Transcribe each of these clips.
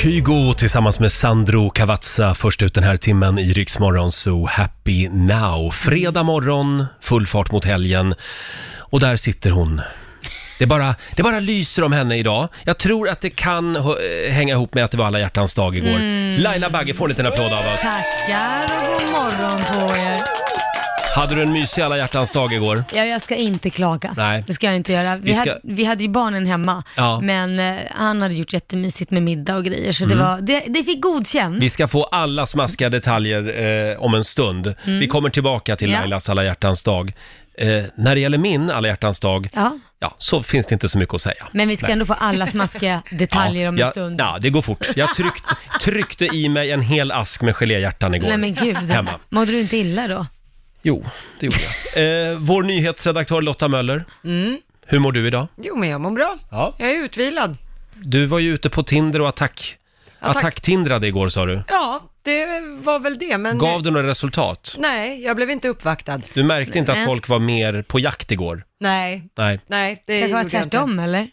Kygo tillsammans med Sandro Cavazza först ut den här timmen i Rix Morgon, så Happy Now. Fredag morgon, full fart mot helgen. Och där sitter hon. Det bara lyser om henne idag. Jag tror att det kan hänga ihop med att det var alla hjärtans dag igår. Laila Bagge får en liten applåd av oss. Tackar och god morgon på er. Hade du en mysig alla hjärtans dag igår? Ja, jag ska inte klaga. Nej. Det ska jag inte göra. Vi hade ju barnen hemma, men han hade gjort jättemysigt med middag och grejer, så det fick godkänt. Vi ska få alla smaskiga detaljer om en stund. Vi kommer tillbaka till Lailas alla hjärtans dag. När det gäller min alla hjärtans dag, så finns det inte så mycket att säga. Men vi ska ändå få alla smaskiga detaljer om en stund. Ja, det går fort. Jag tryckte i mig en hel ask med geléhjärtan igår. Nej men gud, hemma. Mådde du inte illa då? Jo, det gjorde jag. Vår nyhetsredaktör Lotta Möller. Hur mår du idag? Jo, men jag mår bra. Ja. Jag är utvilad. Du var ju ute på Tinder och attack-tindrade igår, sa du. Ja, det var väl det. Men gav du några resultat? Nej, jag blev inte uppvaktad. Du märkte inte att folk var mer på jakt igår? Nej, det kanske var tvärtom, eller?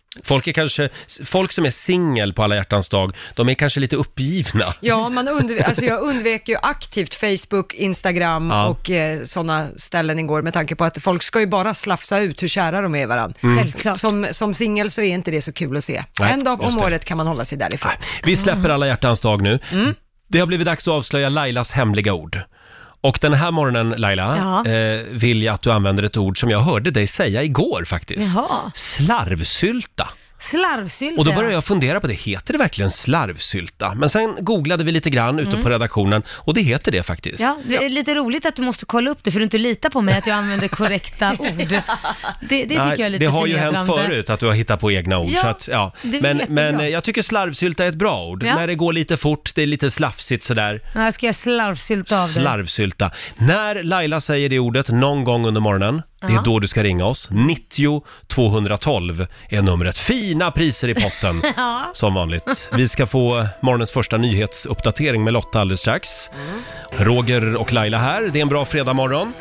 Folk som är singel på alla hjärtans dag, de är kanske lite uppgivna. Ja, jag undvek ju aktivt Facebook, Instagram och sådana ställen igår, med tanke på att folk ska ju bara slafsa ut hur kära de är i varandra. Självklart. Som singel så är inte det så kul att se. Nej, en dag om året kan man hålla sig därifrån. Vi släpper alla hjärtans dag nu. Det har blivit dags att avslöja Lailas hemliga ord. Och den här morgonen, Laila, vill jag att du använder ett ord som jag hörde dig säga igår faktiskt. Jaha. Slarvsylta. Slarvsylta. Och då började jag fundera på det. Heter det verkligen slarvsylta? Men sen googlade vi lite grann ute på redaktionen och det heter det faktiskt. Ja, det är lite roligt att du måste kolla upp det, för du inte litar på mig att jag använder korrekta ord. Det tycker jag är lite det har ju hänt förnedrande. Förut att du har hittat på egna ord. Ja, så att, men jag tycker slarvsylta är ett bra ord. Ja. När det går lite fort, det är lite slafsigt sådär. Ja, jag ska göra slarvsylta av det. Slarvsylta. När Laila säger det ordet någon gång under morgonen, det är då du ska ringa oss. 90 212 är numret. Fina priser i potten, som vanligt. Vi ska få morgonens första nyhetsuppdatering med Lotta alldeles strax. Roger och Laila här. Det är en bra fredagmorgon.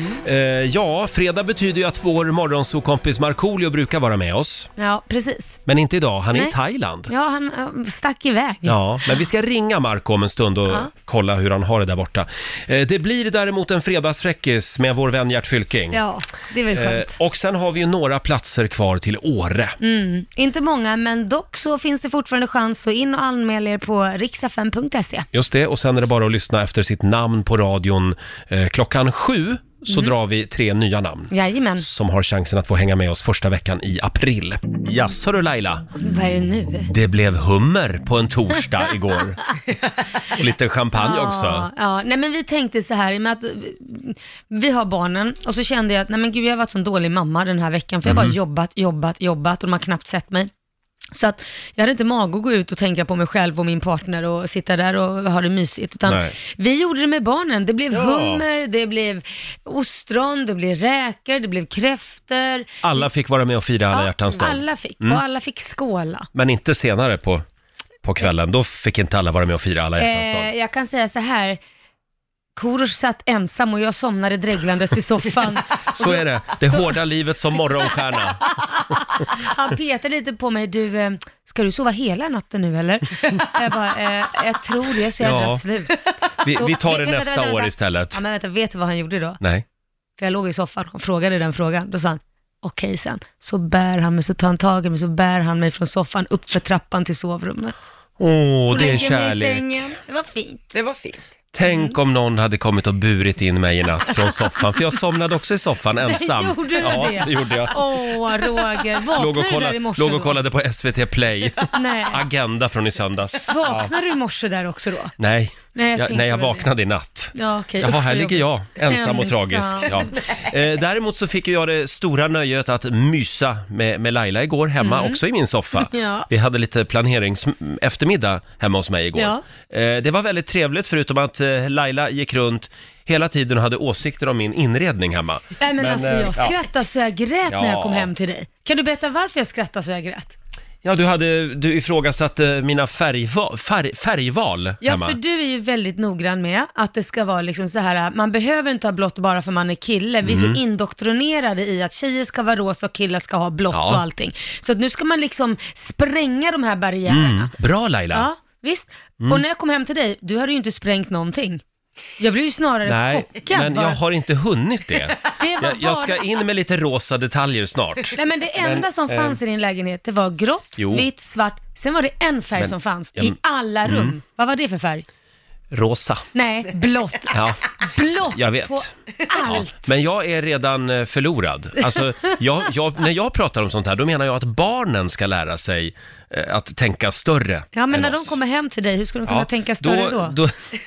Fredag betyder ju att vår morgonsokompis Markoolio brukar vara med oss. Ja, precis. Men inte idag, han är i Thailand. Ja, han stack iväg. Ja, men vi ska ringa Marco om en stund och kolla hur han har det där borta. Det blir däremot en fredagsfräckis med vår vän Gert Fylking. Ja, det är väl skönt. Och sen har vi ju några platser kvar till Åre. Inte många, men dock så finns det fortfarande chans, så in och anmäl er på riksfm.se. Just det, och sen är det bara att lyssna efter sitt namn på radion. Klockan 7 så drar vi 3 nya namn. Jajamän. Som har chansen att få hänga med oss första veckan i april. Jaså du Laila? Vad är det nu? Det blev hummer på en torsdag igår. Och lite champagne också. Ja, nej men vi tänkte så här, i och med att vi har barnen, och så kände jag att nej men gud, jag har varit så dålig mamma den här veckan, för jag har bara jobbat och de har knappt sett mig. Så att jag hade inte mag att gå ut och tänka på mig själv och min partner och sitta där och ha det mysigt, utan vi gjorde det med barnen. Det blev hummer, det blev ostron, det blev räkor, det blev kräftor. Alla fick vara med och fira alla hjärtans dag. Alla fick, och alla fick skåla. Men inte senare på kvällen, då fick inte alla vara med och fira alla hjärtans dag. Jag kan säga så här, Korosh satt ensam och jag somnade dreglandes i soffan. Så är det. Det hårda livet som morgonstjärna. Han petade lite på mig. Du, ska du sova hela natten nu eller? Jag bara, jag tror det, så jävla slut. Vi tar det nästa år istället. Ja, men vänta, vet du vad han gjorde då? Nej. För jag låg i soffan och frågade den frågan. Då sa han, okej sen. Så bär han mig, så tar han tag i mig, så bär han mig från soffan upp för trappan till sovrummet. Det är kärlek. Det var fint. Det var fint. Tänk om någon hade kommit och burit in mig i natt från soffan. För jag somnade också i soffan ensam. Gjorde du det? Det gjorde jag. Roger, vaknade du där i morse? Låg och kollade på SVT Play. Nej. Agenda från i söndags. Vaknade du i morse där också då? Nej, jag jag vaknade i natt. Ja, okay. Jaha, här ligger jag, ensam och tragisk. Ja. Däremot så fick jag det stora nöjet att mysa med Laila igår hemma, också i min soffa. Ja. Vi hade lite eftermiddag hemma hos mig igår. Ja. Det var väldigt trevligt, förutom att Laila gick runt hela tiden och hade åsikter om min inredning hemma. Nej, men alltså jag skrattade så jag grät när jag kom hem till dig. Kan du berätta varför jag skrattade så jag grät? Ja, du ifrågasatte mina färgval Ja, hemma. för du är ju väldigt noggrann med att det ska vara liksom så här, man behöver inte ha blått bara för man är kille. Vi är så indoktrinerade i att tjejer ska vara rosa och killar ska ha blått och allting. Så att nu ska man liksom spränga de här barriärerna. Bra Laila. Ja. visst. Och när jag kom hem till dig, du hade ju inte sprängt någonting. Jag blev ju snarare chockad. Men jag har inte hunnit det. Jag ska bara... in med lite rosa detaljer snart. Nej, men det enda som fanns i din lägenhet, det var grått, vitt, svart. Sen var det en färg som fanns i alla rum. Vad var det för färg? Rosa. Nej, blått. Ja. Blått jag vet. på allt. Ja. Men jag är redan förlorad. Alltså, när jag pratar om sånt här, då menar jag att barnen ska lära sig att tänka större. Ja, men när de kommer hem till dig, hur ska de kunna tänka större då?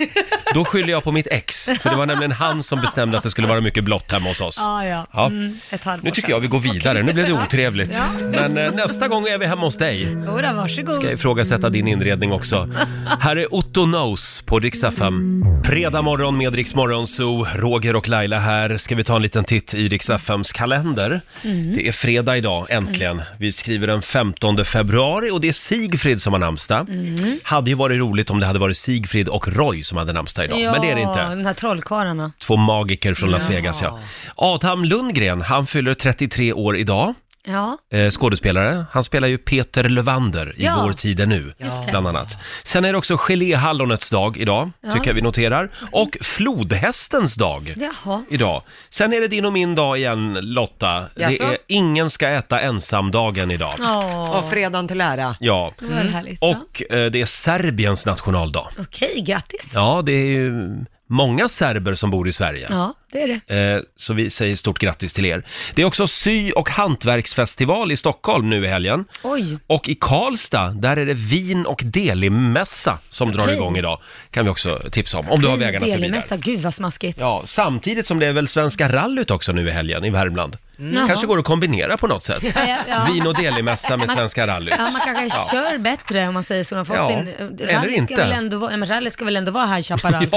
Då skyller jag på mitt ex. För det var nämligen han som bestämde att det skulle vara mycket blått hemma hos oss. Ja. Ett halvår nu tycker jag vi går vidare. Nu blev det otrevligt. Men nästa gång är vi hemma hos dig. Jodå, varsågod. Ska jag ifrågasätta din inredning också. Här är Otto Knows på Rix FM. Fredag morgon med Rix Morgonzoo. Roger och Laila här. Ska vi ta en liten titt i Rix FMs kalender. Det är fredag idag, äntligen. Vi skriver den 15 februari och det är Sigfrid som har namnsdag. Hade ju varit roligt om det hade varit Sigfrid och Roy som hade namnsdag idag. Ja, men det är det inte. Den här trollkarlarna. 2 magiker från Las Vegas, ja. Adam Lundgren, han fyller 33 år idag. Ja. Skådespelare. Han spelar ju Peter Lövander i Vår tid är nu, bland annat. Sen är det också geléhallonets dag idag, tycker jag vi noterar. Och flodhästens dag idag. Sen är det din och min dag igen, Lotta. Det är ingen ska äta ensam-dagen idag. Och fredagen till ära. Ja. Det var härligt, och det är Serbiens nationaldag. Okej, grattis. Ja, det är ju många serber som bor i Sverige. Ja, det är det. Så vi säger stort grattis till er. Det är också sy- och hantverksfestival i Stockholm nu i helgen. Oj. Och i Karlstad, där är det vin- och delimässa som drar igång idag. Kan vi också tipsa om du har vägarna förbi där. Delimässa, gud vad smaskigt. Ja, samtidigt som det är väl Svenska rallyt också nu i helgen i Värmland. Kanske går att kombinera på något sätt. Vin- och delimässa med Svenska rallyt. Ja, man kanske kör bättre om man säger så. Eller inte. Rally ska väl ändå vara här i Chaparral.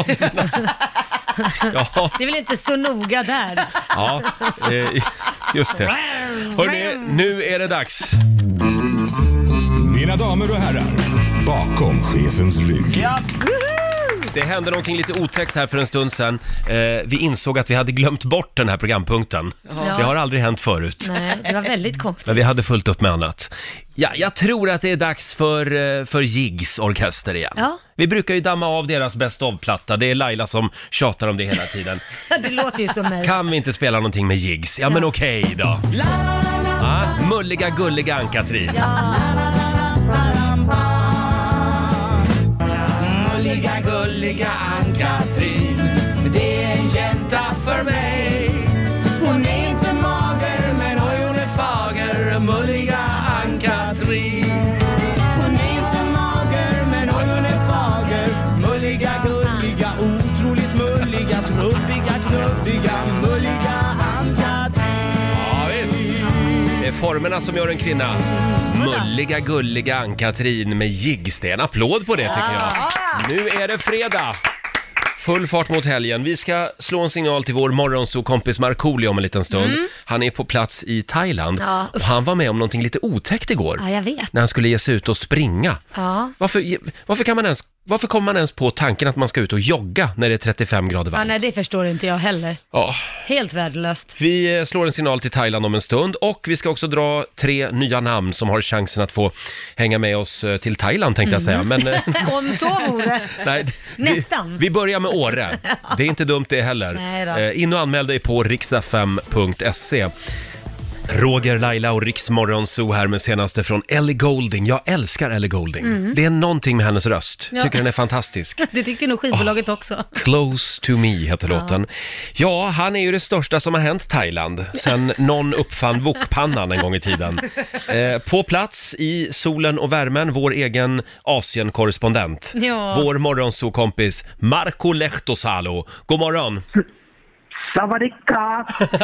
Det är väl inte så noga där. Ja, just det. Hörrni, nu är det dags. Mina damer och herrar, bakom chefens rygg. Ja. Det hände någonting lite otäckt här för en stund sedan. Vi insåg att vi hade glömt bort den här programpunkten. Det har aldrig hänt förut. Nej, det var väldigt konstigt. Men vi hade fullt upp med annat. Ja, jag tror att det är dags för Jigs orkester igen. Ja. Vi brukar ju damma av deras best of-platta. Det är Laila som tjatar om det hela tiden. Det låter ju som mig. Kan vi inte spela någonting med Jigs? Ja, men okej då. Mulliga, gulliga Ann-Katrin. Mulliga, gulliga Ann-Katrin, det är en jänta för mig. Hon är inte mager, men oj, hon är fager. Mulliga Ann-Katrin. Hon är inte mager, men oj, hon är fager. Mulliga, gulliga, otroligt mulliga, trubbiga, knubbiga, mulliga Ann-Katrin. Ja, visst. Det är formerna som gör en kvinna. Mulliga, gulliga Ann-Katrin med Jigs. Det är en applåd på det, tycker jag. Nu är det fredag. Full fart mot helgen. Vi ska slå en signal till vår morgonsokompis Markoolio om en liten stund. Han är på plats i Thailand. Och han var med om någonting lite otäckt igår. Ja, jag vet. När han skulle ge sig ut och springa. Ja. Varför kommer man ens på tanken att man ska ut och jogga när det är 35 grader varmt? Ja, nej, det förstår inte jag heller. Ja. Helt värdelöst. Vi slår en signal till Thailand om en stund och vi ska också dra 3 nya namn som har chansen att få hänga med oss till Thailand, tänkte jag säga. Men, om så vore. Nej, nästan. Vi börjar med Åre. Det är inte dumt det heller. Nej in och anmäl dig på riksfm.se. Roger, Laila och Rix Morgonzoo här med senaste från Ellie Goulding. Jag älskar Ellie Goulding. Det är någonting med hennes röst. Tycker den är fantastisk. Det tyckte nog skivbolaget också. Close to me heter låten. Ja, han är ju det största som har hänt Thailand sen någon uppfann wokpannan en gång i tiden. På plats i solen och värmen, vår egen Asien-korrespondent. Vår morgonzoo-kompis Marco Lehtosalo. God morgon! Savadika!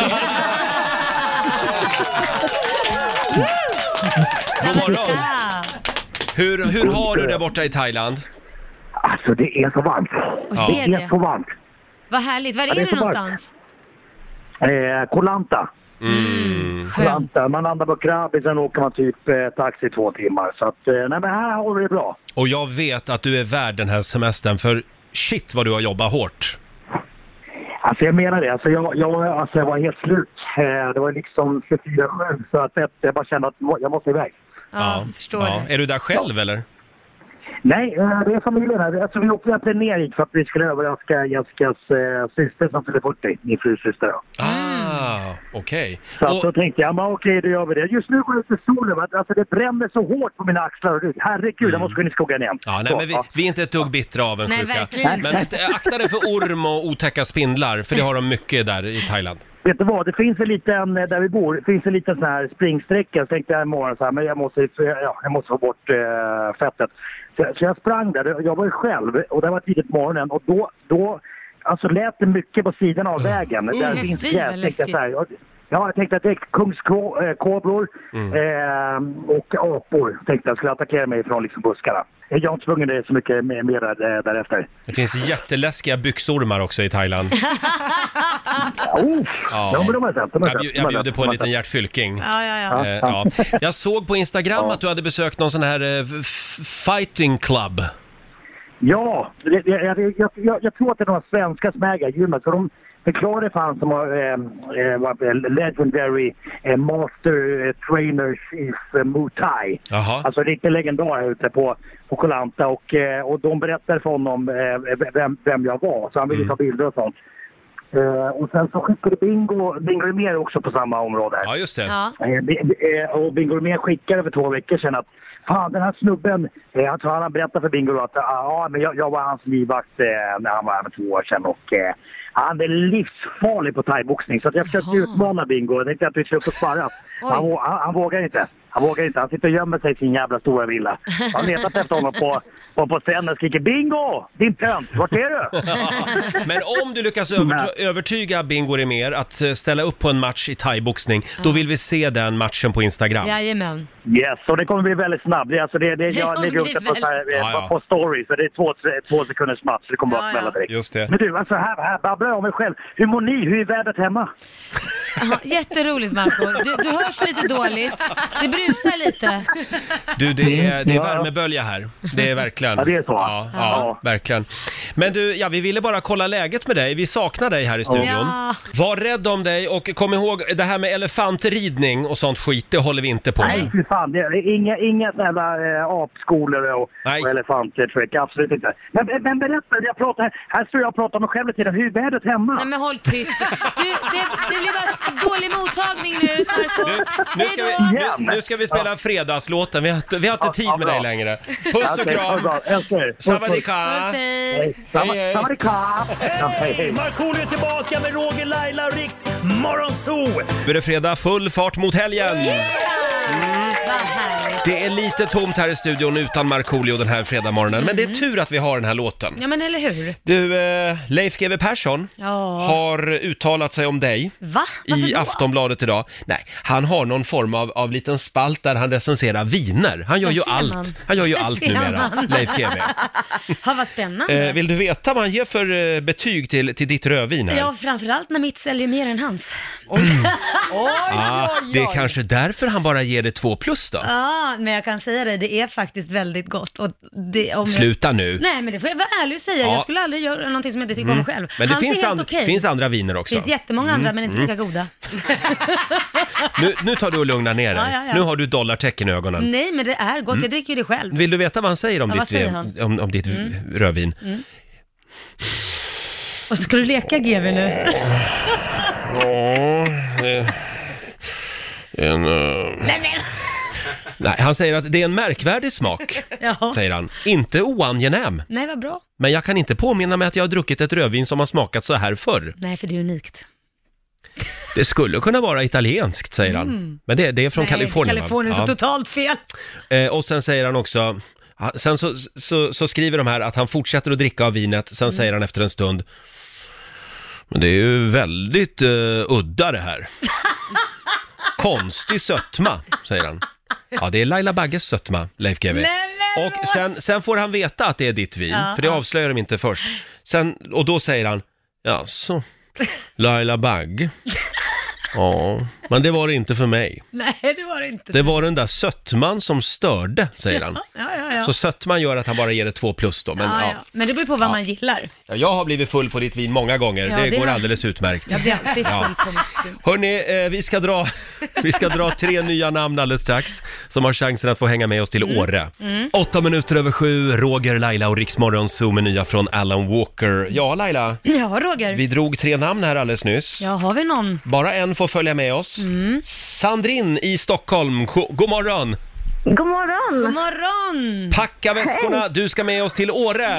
God morgon! Hur har du det borta i Thailand? Alltså det är så varmt. Det är så varmt. Vad härligt. Var är du någonstans? Koh Lanta. Koh Lanta. Man landar på Krabi, sen åker man typ taxi 2 timmar. Så att, nej men här har vi det bra. Och jag vet att du är värd den här semestern, för shit vad du har jobbat hårt. Alltså jag menar det. Alltså jag var helt slut. Det var liksom 24/7, så att jag bara kände att jag måste iväg. Ja, förstår det. Är du där själv eller? Nej, det är familjen här. Alltså, vi åkte egentligen ner hit för att vi skulle överraska Jessicas syster som fyller 40, min frus syster. Okej. Så då tänkte jag, okej, då gör vi det. Just nu går det inte solen, alltså det bränner så hårt på mina axlar och rygg. Herregud, jag måste gå in i skogen igen. Ja, nej, men vi är inte ett dugg bittra av en Nej, sjuka. verkligen. Men akta dig för orm och otäcka spindlar, för det har de mycket där i Thailand. Vet du vad, det finns en liten, där vi bor, det finns en liten sån här springsträcka. Så tänkte jag imorgon så här, men jag måste få bort fettet. Så jag sprang där, jag var ju själv och det var tidigt på morgonen och då alltså lät det mycket på sidan av vägen. Där finns det. Jag tänkte att det är kungskobror och apor tänkte jag skulle attackera mig från liksom buskarna. Jag är inte tvungen, det är så mycket mer därefter. Det finns jätteläskiga byxormar också i Thailand. Men de har sett. Jag bjuder på en liten hjärtfylking. Ja. Jag såg på Instagram att du hade besökt någon sån här fighting club. Ja, jag tror att det är några svenska som äger gymmet. Så de förklarar för han som har legendary master trainers is Muay Thai. Alltså riktigt legendar här ute på Koh Lanta och de berättade för honom vem jag var. Så han ville ta bilder och sånt. Och sen så skickade Bingo Rimér också på samma område. Ja, just det. Och Bingo Rimér skickade för 2 veckor sedan att fan, den här snubben, jag tror han berättade för Bingo att men jag var hans livvakt när han var 2 år sedan och han är livsfarlig på thaiboxning så att jag försökte utmana Bingo. Jag tänkte att vi skulle få sparra. Han vågar inte. Han sitter och gömmer sig i sin jävla stora villa. Han letat efter honom på stranden och skriker Bingo! Din tönt, vart är du? Men om du lyckas övertyga Bingo Rimér att ställa upp på en match i thaiboxning, då vill vi se den matchen på Instagram. Jajamän. Yes, och det kommer bli väldigt snabbt. Jag lägger upp det på story, så det är 2 sekunders match, så det kommer bara att smälla direkt. Just det. Men du, alltså här babblar jag om mig själv. Hur mår ni? Hur är vädret hemma? Jätteroligt, Marco. Du hörs lite dåligt. Det brusar lite. Du, det är värmebölja här. Det är verkligen. Ja, det är så. Ja, verkligen. Men du, vi ville bara kolla läget med dig. Vi saknar dig här i studion. Ja. Var rädd om dig och kom ihåg, det här med elefantridning och sånt skit, det håller vi inte på med. Nej, fy fan. Det är inga sådana apskolor och elefanttrick. Absolut inte. Men berätta, jag pratar här står jag och pratar med själv lite. Hur är vädret hemma? Nej, men håll tyst. Det blir bara dålig mottagning nu, Marco. Nu ska vi spela fredagslåten. Vi har inte tid med dig längre. Puss och kram. Savadika. Hej. Markoolio är tillbaka med Roger, Laila och Riks Morgonzoo. Nu är det fredag, full fart mot helgen. Det är lite tomt här i studion utan Markoolio den här fredagmorgonen. Men det är tur att vi har den här låten. Ja, men eller hur? Du, Leif GW Persson har uttalat sig om dig. Va? Varför i då? Aftonbladet idag. Nej, han har någon form av liten spalt där han recenserar viner. Han gör ju allt. Han gör ju allt numera, Leif GW. Vad spännande. Vill du veta vad han ger för betyg till ditt rödvin här? Ja, framförallt när mitt säljer mer än hans. Det är kanske därför han bara ger det 2+ då. Ja, men jag kan säga det är faktiskt väldigt gott. Och Sluta nu. Nej, men det får jag vara ärlig och säga. Jag skulle aldrig göra någonting som jag inte tycker om själv. Men det finns finns andra viner också. Det finns jättemånga andra, men inte lika goda. Nu tar du och lugnar ner dig. Ja. Nu har du dollartecken i ögonen. Nej, men det är gott. Jag dricker ju det själv. Vill du veta vad han säger om ditt rödvin? Och så ska du leka GW nu. Nej, han säger att det är en märkvärdig smak, säger han. Inte oangenäm. Nej, vad bra. Men jag kan inte påminna mig att jag har druckit ett rödvin som har smakat så här förr. Nej, för det är unikt. Det skulle kunna vara italienskt, säger han. Men det är från Kalifornien. Kalifornien är så totalt fel. Och sen säger han också... Sen så skriver de här att han fortsätter att dricka av vinet. Sen säger han efter en stund... Men det är ju väldigt udda det här. Konstig sötma, säger han. Ja, det är Laila Bagges sötma, Leif GW. Och sen får han veta att det är ditt vin, för det avslöjar de inte först. Och då säger han, ja så, Laila Bagge. Ja, men det var det inte för mig. Nej, det var det inte. Det var den där sötman som störde, säger han. Ja. Så sötman gör att han bara ger det 2+ då. Men, Ja. Men det beror på vad man gillar. Ja, jag har blivit full på ditt vin många gånger. Ja, det går har- alldeles utmärkt. Jag blir alltid full på mitt vin. Hörrni, vi ska dra 3 nya namn alldeles strax som har chansen att få hänga med oss till Åre. 8 minuter över 7, Roger, Laila och Riksmorgon Zoo med nya från Alan Walker. Ja, Laila, Ja, Roger. vi drog 3 namn här alldeles nyss. Ja, har vi någon? Bara en får följa med oss. Sandrine i Stockholm, god morgon! God morgon! God morgon! Packa väskorna, du ska med oss till Åre!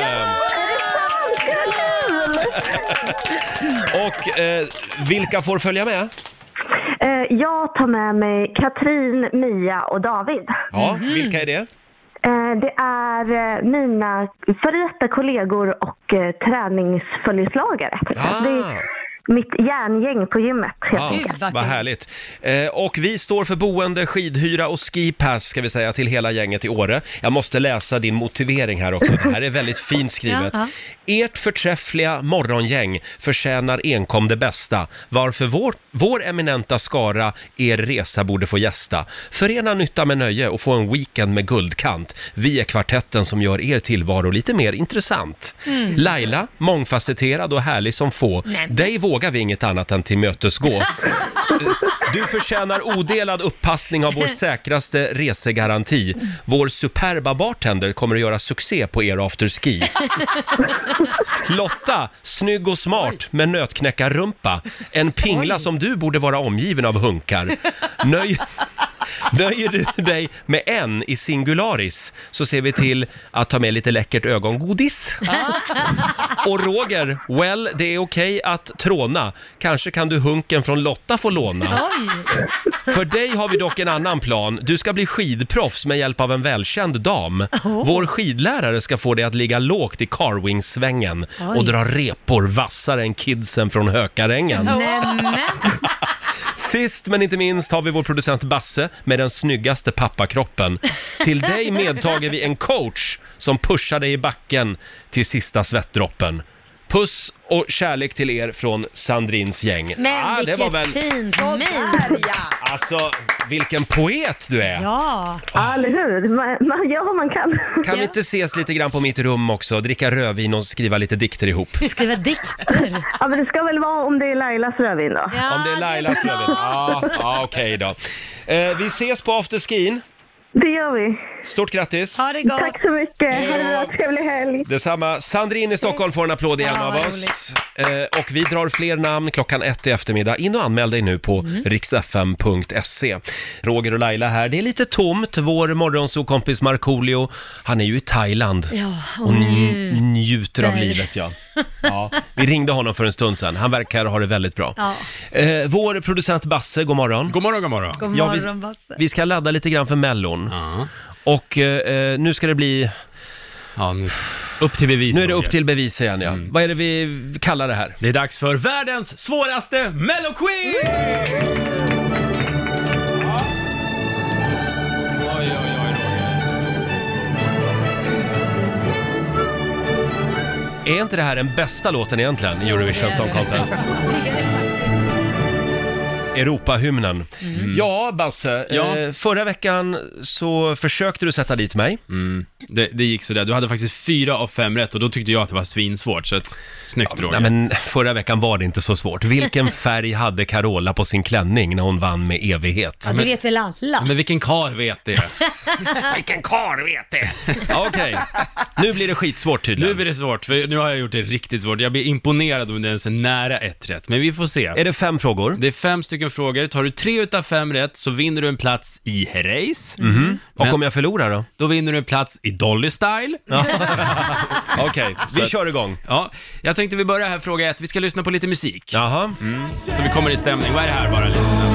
Och vilka får följa med? Jag tar med mig Katrin, Mia och David. Ja, vilka är det? Det är mina före detta kollegor och träningsföljeslagare. Det är mitt järngäng på gymmet, helt enkelt. Gud, vad Vad kul. härligt. Och vi står för boende, skidhyra och skipass ska vi säga till hela gänget i Åre. Jag måste läsa din motivering här också. Det här är väldigt fint skrivet. Jaha. Ert förträffliga morgongäng förtjänar enkom det bästa. Varför vår eminenta skara er resa borde få gästa. Förena nytta med nöje och få en weekend med guldkant. Vi är kvartetten som gör er tillvaro lite mer intressant. Laila, mångfacetterad och härlig som få. Nej. Dig vågar vi inget annat än tillmötesgå. Du förtjänar odelad upppassning av vår säkraste resegaranti. Vår superba bartender kommer att göra succé på er afterski. Lotta, snygg och smart med nötknäckarrumpa. En pingla som du borde vara omgiven av hunkar. Nöjer du dig med en i singularis så ser vi till att ta med lite läckert ögongodis. Och Roger, well, det är okej att tråna. Kanske kan du hunken från Lotta få låna. Oj! För dig har vi dock en annan plan. Du ska bli skidproffs med hjälp av en välkänd dam. Vår skidlärare ska få dig att ligga lågt i carwing-svängen och dra repor vassare än kidsen från Hökarängen. Nämen! Sist men inte minst har vi vår producent Basse med den snyggaste pappakroppen. Till dig medtager vi en coach som pushar dig i backen till sista svettdroppen. Puss och kärlek till er från Sandrins gäng. Men det var vilket väl... fint Där, mejl! ja. Alltså, vilken poet du är! Ja, Ja, eller hur? Man gör vad man kan. Kan vi inte ses lite grann på mitt rum också? Dricka rödvin och skriva lite dikter ihop. skriva dikter. Ja, men det ska väl vara om det är Lailas rödvin då. Ja, Om det är Lailas bra. rödvin. Ja, okej då. Vi ses på afterskin. Det gör vi. Stort grattis! Ha det gott. Tack så mycket. Ha det bra. Trevlig helg. Detsamma. Sandrine i Stockholm får en applåd igen Ja, av vad oss. Och vi drar fler namn 1:00 i eftermiddag. In och anmäl dig nu på riksfm.se. Roger och Laila här. Det är lite tomt. Vår morgonsokompis Markoolio, han är ju i Thailand. Ja, Och njuter av livet, ja. Vi ringde honom för en stund sedan. Han verkar ha det väldigt bra. Ja. Vår producent Basse, god morgon. God morgon, god morgon. God Ja, morgon, Basse. Vi ska ladda lite grann för Mellon. Ja. Och nu ska det bli... Ja, nu upp till bevis. Nu är det upp Roger. till bevis igen, ja. Vad är det vi kallar det här? Det är dags för världens svåraste Mello-quiz! Oj, Roger. Är inte det här den bästa låten egentligen i Eurovision Song Contest? Europahymnen. Ja, Basse. Ja. Förra veckan så försökte du sätta dit mig. Det gick sådär. Du hade faktiskt 4 av 5 rätt och då tyckte jag att det var svinsvårt. Så att, snyggt Roger. Nej, men förra veckan var det inte så svårt. Vilken färg hade Carola på sin klänning när hon vann med evighet? Ja, det vet väl alla. Men vilken kar vet det? Vilken karl vet det? Ja, okej. Nu blir det skitsvårt Nu tydligen. blir det svårt, för nu har jag gjort det riktigt svårt. Jag blir imponerad om det ens är nära 1 rätt. Men vi får se. Är det 5 frågor? Det är 5 stycken frågor. Tar du 3 utav 5 rätt så vinner du en plats i Herreys. Och om jag förlorar då? Då vinner du en plats i Dolly Style. Okej, vi kör igång. Ja, jag tänkte vi börjar här, fråga 1. Vi ska lyssna på lite musik. Jaha. Så vi kommer i stämning. Vad är det här bara? Lyssna.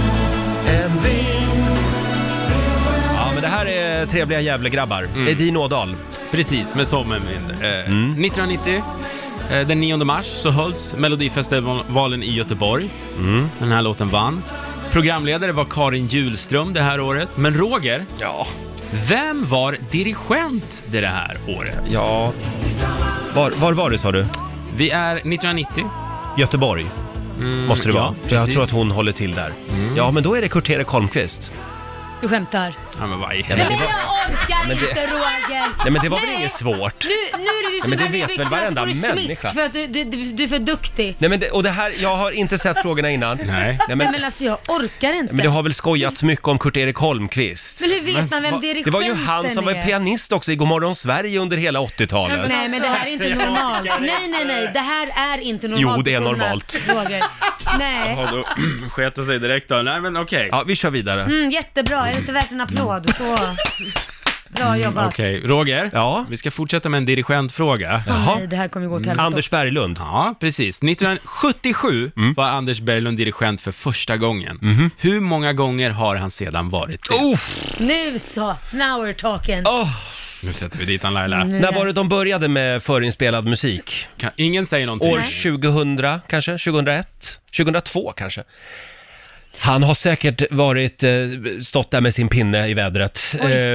Ja, men det här är trevliga Gävlegrabbar. Edin Ådahl. Precis, med sommarvind. 1990, den 9 mars, så hölls Melodifestivalen i Göteborg. Den här låten vann. Programledare var Karin Hjulström det här året. Men Roger, Ja. vem var dirigent det här året? Ja. Var var du, sa du? Vi är 1990. Göteborg. måste det vara. ja, För jag precis. tror att hon håller till där. Ja, men då är det Kurt-Erik Holmqvist. Du skämtar. Ja, men vad i Nej, men helvete. jag orkar men det- inte, Roger. Nej, men det var väl inget svårt? Nu är du ju så men det där i vet väl byxorna varenda så får du smisk människa. för att du är för duktig. Nej, men och det här, jag har inte sett frågorna innan. Nej. Nej, Nej, men alltså jag orkar inte. men det har väl skojats mycket om Kurt-Erik Holmqvist. Men hur vet man vem dirigenten Det var ju han som var är? pianist också i Godmorgon Sverige under hela 80-talet. Nej, men det här är inte normalt. Nej. Det här är inte normalt. Jo, det är att sjunga, normalt. Roger. Nej. Ja, då sket sig direkt då. Nej, men okej. Ja, vi kör vidare. Jättebra. Är det inte värt en applåd? Så. Bra jobbat. Okej, Roger. Ja. Vi ska fortsätta med en dirigentfråga. Jaha. Nej, det här kommer gå till helvete. Anders Berglund. Ja, precis. 1977 var Anders Berglund dirigent för första gången. Hur många gånger har han sedan varit det? Nu så. Now we're talking. Nu sätter vi dit han, Laila. När var det de började med förinspelad musik? Ingen säger någonting. År 2000 kanske? 2001? 2002 kanske? Han har säkert stått där med sin pinne i vädret.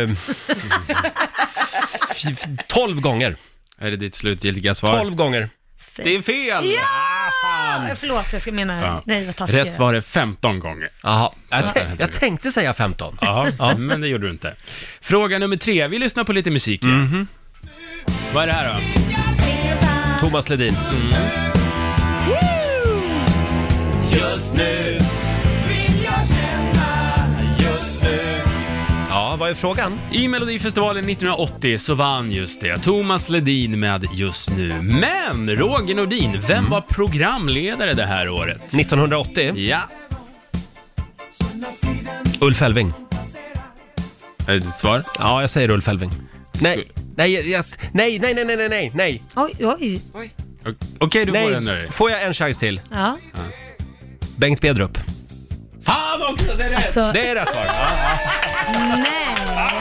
12 gånger. Är det ditt slutgiltiga svar? 12 gånger. Det är fel! Ja! Fan. Förlåt, jag ska mena... Ja. Nej, vad taskigt. Rätt svar är 15 gånger. Jaha, Så. jag tänkte säga 15. Ja, men det gjorde du inte. Fråga nummer 3. Vi lyssnar på lite musik. Vad är det här då? Thomas Ledin. Just nu vill jag känna just nu. Ja, vad är frågan? I Melodifestivalen 1980 så vann just det Thomas Ledin med Just nu. Men Roger Nordin, vem var programledare det här året? 1980? Ja. Ulf Elving. Är det ditt svar? Ja, jag säger Ulf Elving. Nej, nej. Oj. Okej, du får Nej, den nu. får jag en chans till? Ja. Bengt Bedrup. Fan också, det är rätt! Alltså, Det är rätt svar. nej.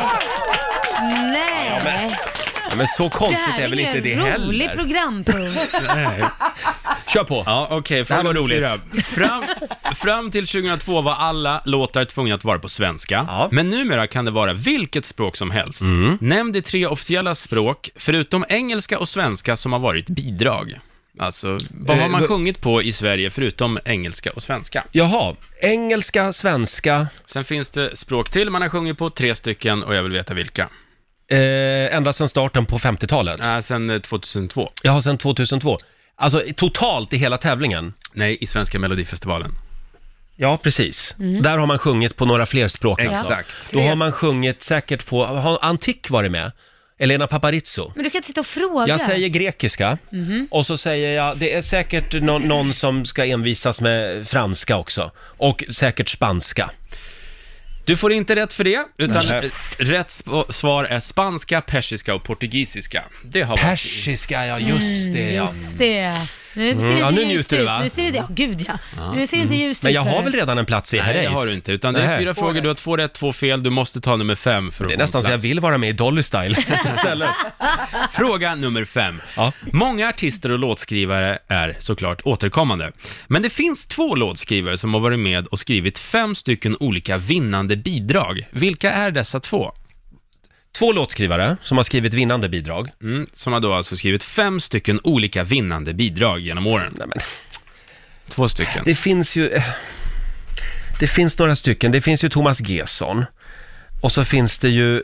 Ja, men så Det konstigt här är väl inte det ingen rolig heller? programpunkt. Nej. Kör på. Ja, okej. Det här var roligt. Fram till 2002 var alla låtar tvungna att vara på svenska. Ja. Men numera kan det vara vilket språk som helst. Nämn de 3 officiella språk, förutom engelska och svenska, som har varit bidrag. Alltså, vad har man sjungit på i Sverige förutom engelska och svenska? Jaha, engelska, svenska. Sen finns det språk till man har sjungit på, 3 stycken, och jag vill veta vilka. Ända sedan starten på 50-talet. Sen 2002. Jag har sedan 2002. Alltså totalt i hela tävlingen. Nej, i Svenska Melodifestivalen. Ja, precis. Där har man sjungit på några fler språk. Exakt. Då har man sjungit säkert på, har Antik varit med? Elena Paparizou. Men du kan inte sitta och fråga. Jag säger grekiska och så säger jag, det är säkert någon som ska envisas med franska också. Och säkert spanska. Du får inte rätt för det, utan rätt svar är spanska, persiska och portugisiska. Det har varit... Persiska, ja just det. Ja. Just det. Nu ser det Ja, inte nu ljust njuter du, ut. va? Nu ser det, ja, gud ja. Nu ser det inte ljust Men ut. jag har här. väl redan en plats i Nej, det Herreys? har du inte, utan det är Nej. 4 frågor, du har 2 rätt, 2 fel, du måste ta nummer 5 för att Det är få nästan så jag plats. vill vara med i Dolly Style istället. Fråga nummer 5. Ja. Många artister och låtskrivare är såklart återkommande. Men det finns 2 låtskrivare som har varit med och skrivit 5 stycken olika vinnande bidrag. Vilka är dessa 2? 2 låtskrivare som har skrivit vinnande bidrag. Som har då alltså skrivit 5 stycken olika vinnande bidrag genom åren. Nej, men 2 stycken. det finns ju... Det finns några stycken. Det finns ju Thomas Gesson. Och så finns det ju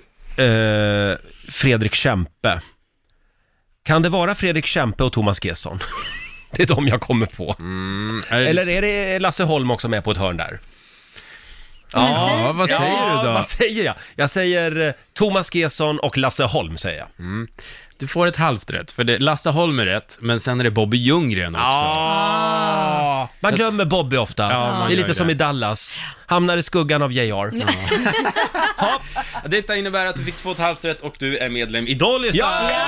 Fredrik Kempe. Kan det vara Fredrik Kempe och Thomas Gesson? Det är de jag kommer på. Eller är det Lasse Holm också med på ett hörn där? Ja, vad säger du då? Vad säger jag? Jag säger Thomas Gesson och Lasse Holm, säger jag. Du får ett halvt rätt, för Lasse Holm är rätt, men sen är det Bobby Ljunggren också. Man glömmer Bobby ofta. Ja, man det är gör lite som det. i Dallas. Hamnar i skuggan av JR. Detta innebär att du fick 2,5 rätt och du är medlem i Dolly Style.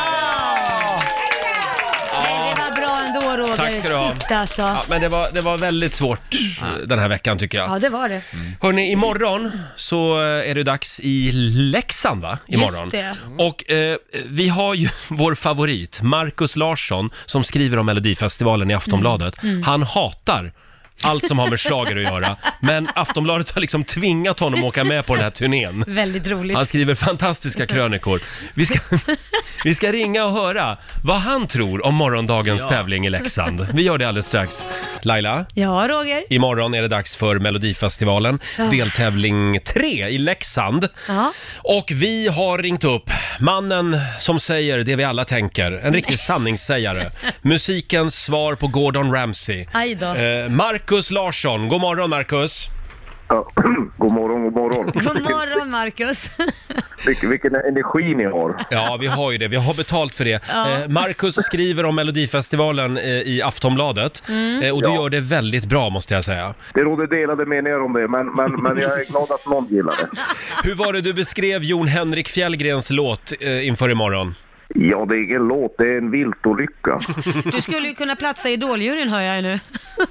Nej, det var bra ändå, Roger. Tack ska du ha. Shit, alltså. Ja, men det var väldigt svårt den här veckan, tycker jag. Ja, det var det. Hörrni, imorgon så är det dags i Leksand, va? Imorgon. Just det. Och vi har ju vår favorit, Markus Larsson, som skriver om Melodifestivalen i Aftonbladet. Han hatar allt som har med schlager att göra. Men Aftonbladet har liksom tvingat honom att åka med på den här turnén. Väldigt roligt. Han skriver fantastiska krönikor. Vi ska ringa och höra vad han tror om morgondagens tävling i Leksand. Vi gör det alldeles strax. Laila? Ja, Roger? Imorgon är det dags för Melodifestivalen. Deltävling 3 i Leksand. Och vi har ringt upp mannen som säger det vi alla tänker. En riktig sanningssägare. Musikens svar på Gordon Ramsay. Aj då. Marcus Larsson. God morgon, Marcus. Ja, god morgon. God morgon, Marcus. Vilken energi ni har. Ja, vi har ju det. Vi har betalt för det. Marcus skriver om Melodifestivalen i Aftonbladet. Och du gör det väldigt bra, måste jag säga. Det råder delade meningar om det, men jag är glad att någon gillar det. Hur var det du beskrev Jon Henrik Fjällgrens låt inför imorgon? Ja, det är ingen låt, det är en viltolycka. Du skulle ju kunna platsa i Idoljuryn, hör jag nu.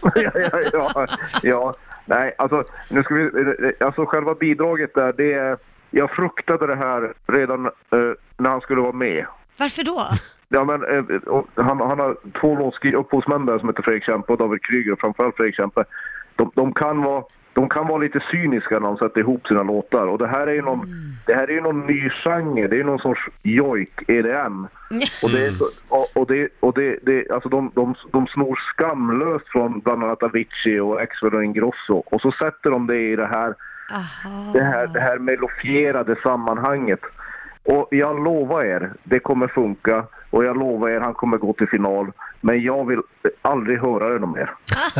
Ja. Nej, alltså, nu ska vi, alltså själva bidraget där, det är, jag fruktade det här redan när han skulle vara med. Varför då? Ja, men han har 2 upphovsmän där som heter Fredrik Kempe och David Kryger, och framförallt Fredrik Kempe. De kan vara lite cyniska när de sätter ihop sina låtar, och det här är ju någon ny genre, det är någon sorts joik EDM. Och det alltså de snor skamlöst från bland annat Avicii och Axwell och Ingrosso, och så sätter de det i det här melodifierade sammanhanget. Och jag lovar er, det kommer funka, och jag lovar er, han kommer gå till final. Men jag vill aldrig höra det någon mer.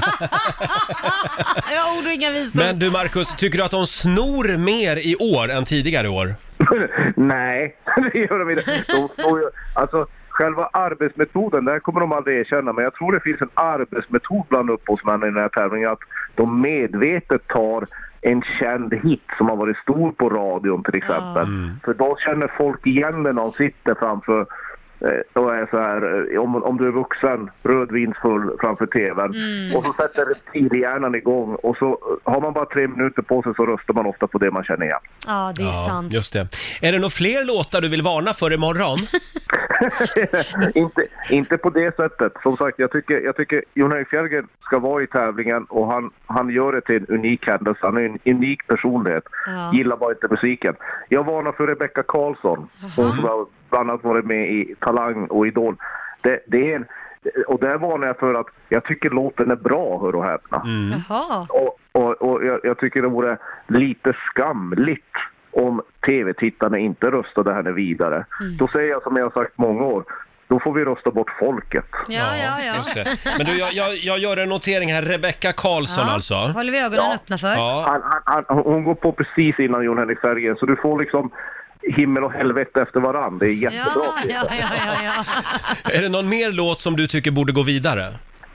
Jag har ord och inga visor. Men du, Marcus, tycker du att de snor mer i år än tidigare år? Nej, det gör de inte. Alltså, själva arbetsmetoden, där kommer de aldrig erkänna. Men jag tror det finns en arbetsmetod bland upphovsmännen i den här tävlingen, att de medvetet tar en känd hit som har varit stor på radion till exempel. För då känner folk igen när de sitter framför och är så här, om du är vuxen, rödvinsfull framför tvn, och så sätter reptilhjärnan igång, och så har man bara 3 minuter på sig, så röstar man ofta på det man känner igen. Ja, det är sant. Just det. Är det några fler låtar du vill varna för imorgon? inte på det sättet. Som sagt, jag tycker Jon Henrik Fjällgren ska vara i tävlingen, och han gör det till en unik händelse. Han är en unik personlighet. Gillar bara inte musiken. Jag varnar för Rebecca Karlsson, som har bland annat varit med i Talang och Idol. Och där varnar jag för att jag tycker låten är bra, hör och häpna. Och jag tycker det vore lite skamligt om tv-tittarna inte röstade henne vidare. Då säger jag, som jag har sagt många år, då får vi rösta bort folket. Ja. Just det. Men du, jag gör en notering här. Rebecca Karlsson alltså. Håller vi ögonen öppna för? Hon går på precis innan Jon Henrik Fjällgren, så du får liksom himmel och helvete efter varann. Det är jättebra. Ja. Är det någon mer låt som du tycker borde gå vidare?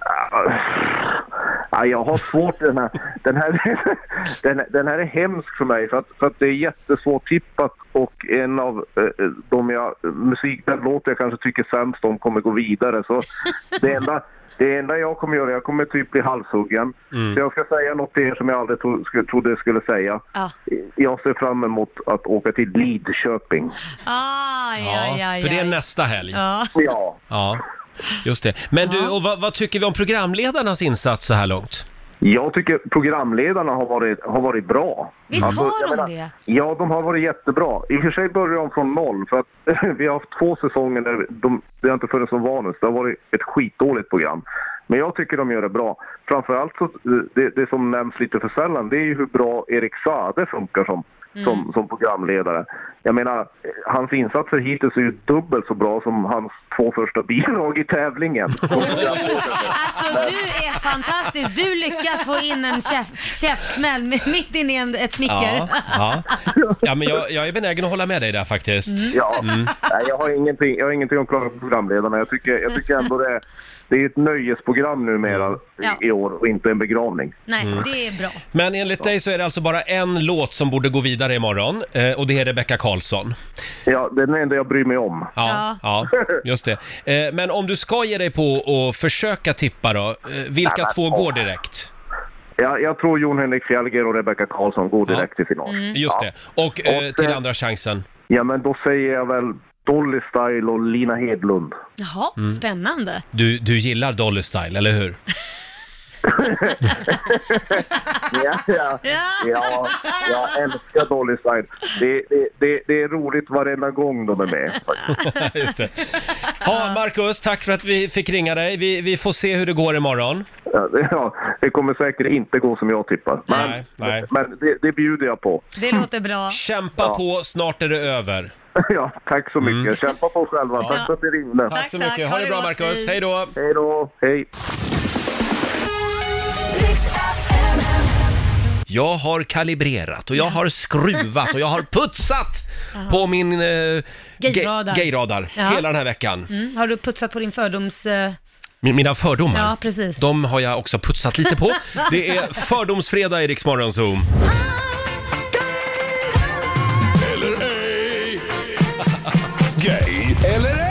Jag har svårt den här är hemsk för mig, för att det är jättesvårt tippat, och en av den låt jag kanske tycker sämst om kommer gå vidare, så det enda jag kommer göra, jag kommer typ bli halshuggen. Så jag ska säga något till er som jag aldrig trodde jag skulle säga. Jag ser fram emot att åka till Lidköping. För det är nästa helg. Ja. Just det. Men du, och vad tycker vi om programledarnas insats så här långt? Jag tycker programledarna har varit bra. Visst har de det? Ja, de har varit jättebra. I och för sig börjar de från 0, för att vi har haft 2 säsonger där det har inte funnits som vanligt. Det har varit ett skitdåligt program. Men jag tycker de gör det bra. Framförallt så, det som nämns lite för sällan, det är ju hur bra Erik Saade funkar som programledare. Jag menar, hans insatser hittills är ju dubbelt så bra som hans 2 första bidrag i tävlingen. Alltså, du är fantastisk. Du lyckas få in en käftsmäll mitt in i ett smicker. Ja, men jag är benägen att hålla med dig där faktiskt. Nej, jag har ingenting att klaga på programledarna. Jag tycker ändå det är ett nöjesprogram numera i år, och inte en begravning. Nej, det är bra. Men enligt dig så är det alltså bara en låt som borde gå vidare imorgon, och det är Rebecca Karlsson. Ja, det är den enda jag bryr mig om. Ja, just det. Men om du ska ge dig på och försöka tippa då, vilka 2 går direkt? Ja, jag tror Jon Henrik Fjällgren och Rebecca Karlsson går direkt till final. Just det. Och till andra chansen? Ja, men då säger jag väl Dolly Style och Lina Hedlund. Jaha, spännande. Du gillar Dolly Style, eller hur? Ja, jag älskar Dolly Sign. Det är roligt varenda gång de är med. Just det. Ja, Marcus, tack för att vi fick ringa dig. Vi får se hur det går imorgon. Ja, det kommer säkert inte gå som jag tippar. Men det bjuder jag på. Det låter bra. Kämpa på, snart är det över. Ja, tack så mycket. Kämpa på själva. Tack för att ni ringde. Tack så mycket. Ha det bra, Marcus. Hej då. Hej då. Hej. Jag har kalibrerat och jag har skruvat och jag har putsat på min gayradar hela den här veckan. Har du putsat på din fördoms... Mina fördomar? Ja, precis. De har jag också putsat lite på. Det är fördomsfredag i Rix Morgon Zoo. Eller ej. Gay eller ej.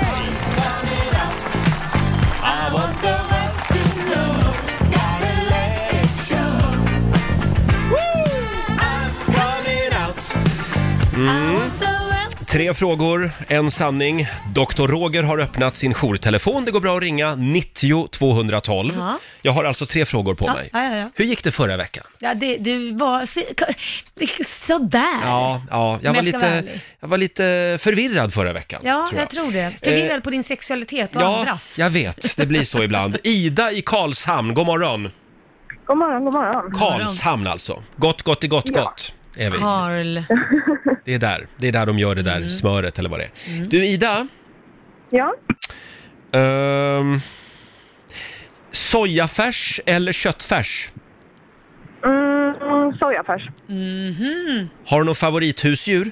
I want the world to know. Got to let it show. Woo! I'm coming out. I want the world. 3 frågor, en sanning. Dr. Roger har öppnat sin jourtelefon. Det går bra att ringa 90 212. Ja. Jag har alltså 3 frågor på mig. Ja. Hur gick det förra veckan? Ja, du var sådär. Ja, jag var lite förvirrad förra veckan. Ja, jag tror det. Förvirrad på din sexualitet och andras. Jag vet. Det blir så ibland. Ida i Karlshamn, god morgon. God morgon. Karlshamn alltså. Gott är vi. Karl. Det är där de gör det där smöret eller vad det är. Du Ida? Ja? Sojafärs eller köttfärs? Sojafärs. Har du någon favorithusdjur?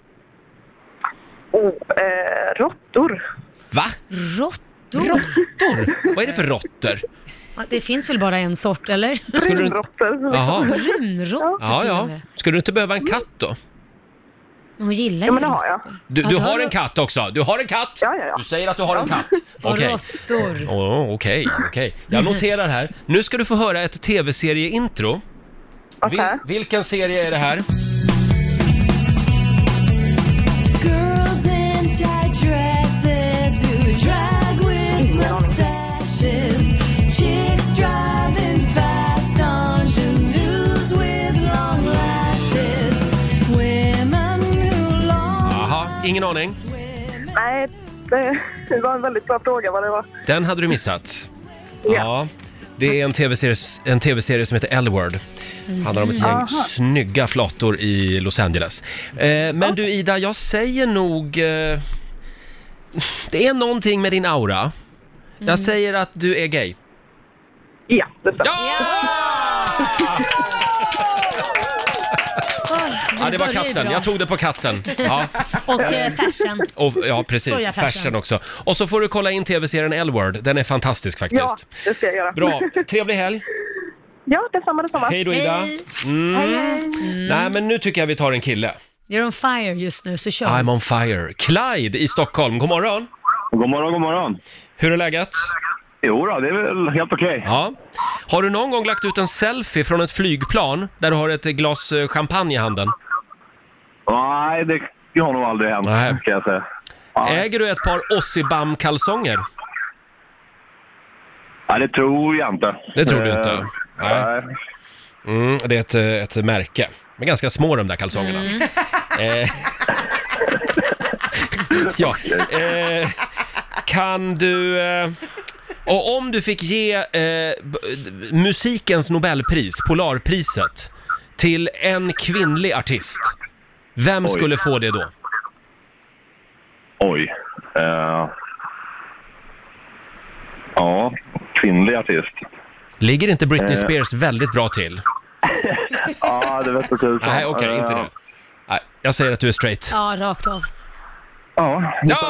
Råttor. Va? Råttor? Vad är det för råttor? Det finns väl bara en sort, eller? Brunråttor. Jaha. Brunråttor till och Ja. med. Skulle du inte behöva en katt då? Hon gillar Ja, men det har jag. Du har en katt också? Du har en katt? Ja. Du säger att du har en katt? Okej. Råttor. Okej. Jag noterar här. Nu ska du få höra ett tv-serieintro. Okej. Vilken serie är det här? Girls in tight dresses who drag with mustaches. Chicks driving fast on Jaloux with long lashes. Women who long... Jaha, ingen aning. Nej, det var en väldigt bra fråga vad det var. Den hade du missat. Ja. Det är en tv-serie som heter L-Word. Handlar om ett gäng snygga flator i Los Angeles. Men du Ida, jag säger nog... det är någonting med din aura. Jag säger att du är gay. Ja, det stämmer. Ja, det var katten. Jag tog det på katten. Ja. Och färsen. Ja, precis. Sojafärsen. Färsen också. Och så får du kolla in tv-serien L-Word. Den är fantastisk faktiskt. Ja, det ska jag göra. Bra. Trevlig helg. Ja, detsamma. Hej då Ida. Hej. Nej, men nu tycker jag vi tar en kille. You're on fire just nu, så kör. I'm on fire. Clyde i Stockholm. God morgon. God morgon. Hur är läget? Jo då, det är väl helt okej. Ja. Har du någon gång lagt ut en selfie från ett flygplan där du har ett glas champagne i handen? Nej, det har nog aldrig hänt, ska jag säga. Äger du ett par Ossibam-kalsonger? Nej, det tror jag inte. Det tror du inte? Nej. Det är ett märke. Men ganska små de där kalsongerna. Ja. Kan du... Och om du fick ge musikens Nobelpris, Polarpriset, till en kvinnlig artist, vem skulle få det då? Ja, kvinnlig artist. Ligger inte Britney Spears väldigt bra till? Ja, det vet du. Nej, okej, inte det. Nej, jag säger att du är straight. Ja, rakt av. Ja!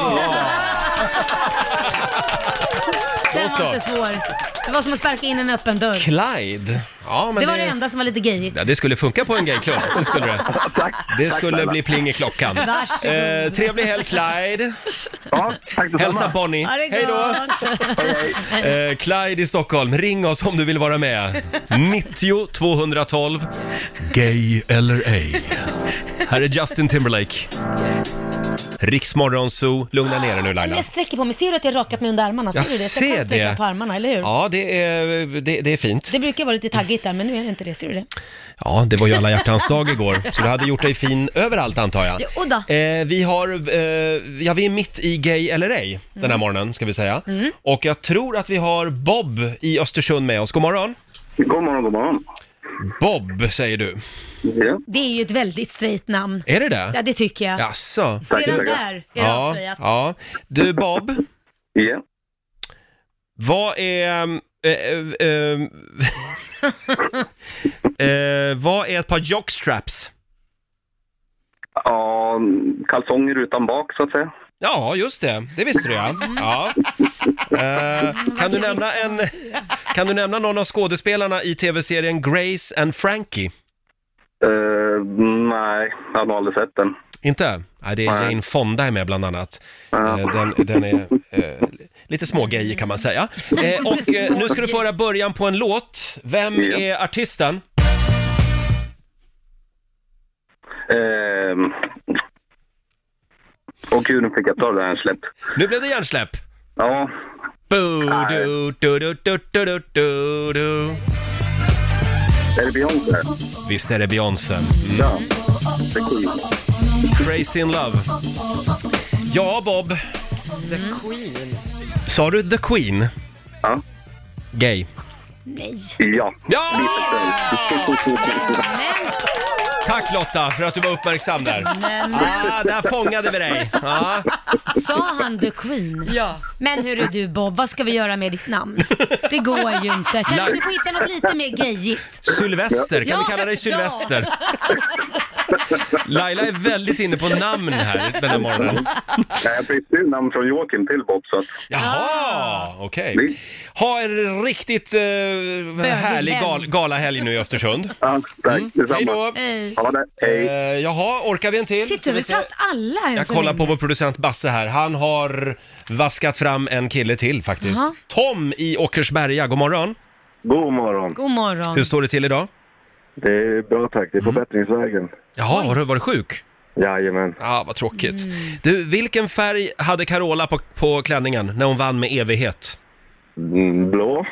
Den var inte svår. Det var som att sparka in en öppen dörr. Clyde. Ja, men det var det enda som var lite gayigt. Ja, det skulle funka på en gayklubb. Det skulle det. Det skulle bli pling i klockan. Trevlig helg, Clyde. Ja, tack detsamma. Hälsa Bonnie. Hej då. Clyde i Stockholm. Ring oss om du vill vara med. 90 212. Gay eller ej. Här är Justin Timberlake. Riksmorgon Zoo. Lugna ner dig nu, Laila. Jag sträcker på mig. Ser du att jag har rakat mig under armarna? Ser du det? Så jag kan sträcka på armarna, eller hur? Ja, det är fint. Det brukar vara lite taggigt där, men nu är det inte det. Ser du det? Ja, det var ju alla hjärtans dag igår, så du hade gjort dig fin överallt, antar jag. Jo då. Vi är mitt i Gay eller ej den här morgonen, ska vi säga. Och jag tror att vi har Bob i Östersund med oss. God morgon. God morgon, god morgon. Bob, säger du. Ja. Det är ju ett väldigt straight namn. Är det det? Ja, det tycker jag. Jaså? Redan där är det avslöjat. Ja. Du, Bob. Ja. Vad är... vad är ett par jockstraps? Ja, kalsonger utan bak, så att säga. Ja, just det. Det visste du, ja. Kan du nämna någon av skådespelarna i tv-serien Grace and Frankie? Nej, jag har nog aldrig sett den. Inte? Nej, det är Jane Fonda är med bland annat. Den är lite smågay kan man säga. Och nu ska du få höra början på en låt. Vem är artisten? Och gud, nu fick jag ta det här hjärnsläpp. Nu blev det hjärnsläpp. Ja. Är det Beyoncé? Visst är det Beyoncé. Ja, det är Queen. Crazy in Love. Ja, Bob. The Queen. Sa du The Queen? Ja. Gay. Nej. Ja. Tack Lotta för att du var uppmärksam där. Där fångade vi dig. Sa han The Queen? Ja. Men hörru du Bob, vad ska vi göra med ditt namn? Det går ju inte. Kan du få hitta något lite mer gayigt? Sylvester, kan vi kalla dig Sylvester? Laila är väldigt inne på namn här den här morgonen. Jag fick ju namn från Joakim till Bob, så att... Jaha, okej. Ha en riktigt härlig galahelg nu i Östersund. Ja, tack. Hej då. Ja, hej. Jaha, orkar vi en till? Shit, du har tagit alla här. Jag kollar på vår producent Basse här. Han har vaskat fram en kille till faktiskt. Aha. Tom i Åkersberga, god morgon. God morgon. God morgon. Hur står det till idag? Det är bra, tack. Det är på bättringsvägen. Jaha, har du varit sjuk? Jajamän. Ja, vad tråkigt. Du, vilken färg hade Carola på klänningen när hon vann med evighet? Blå.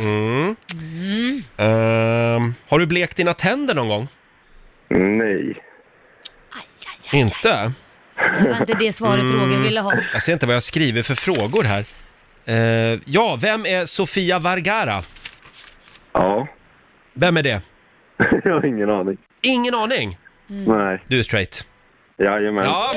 Har du blekt dina tänder någon gång? Nej. Inte? Det var inte det svaret Roger ville ha. Jag ser inte vad jag skriver för frågor här. Ja, vem är Sofia Vergara? Ja. Vem är det? Jag har ingen aning. Ingen aning? Nej. Du är straight. Jajamän. Ja.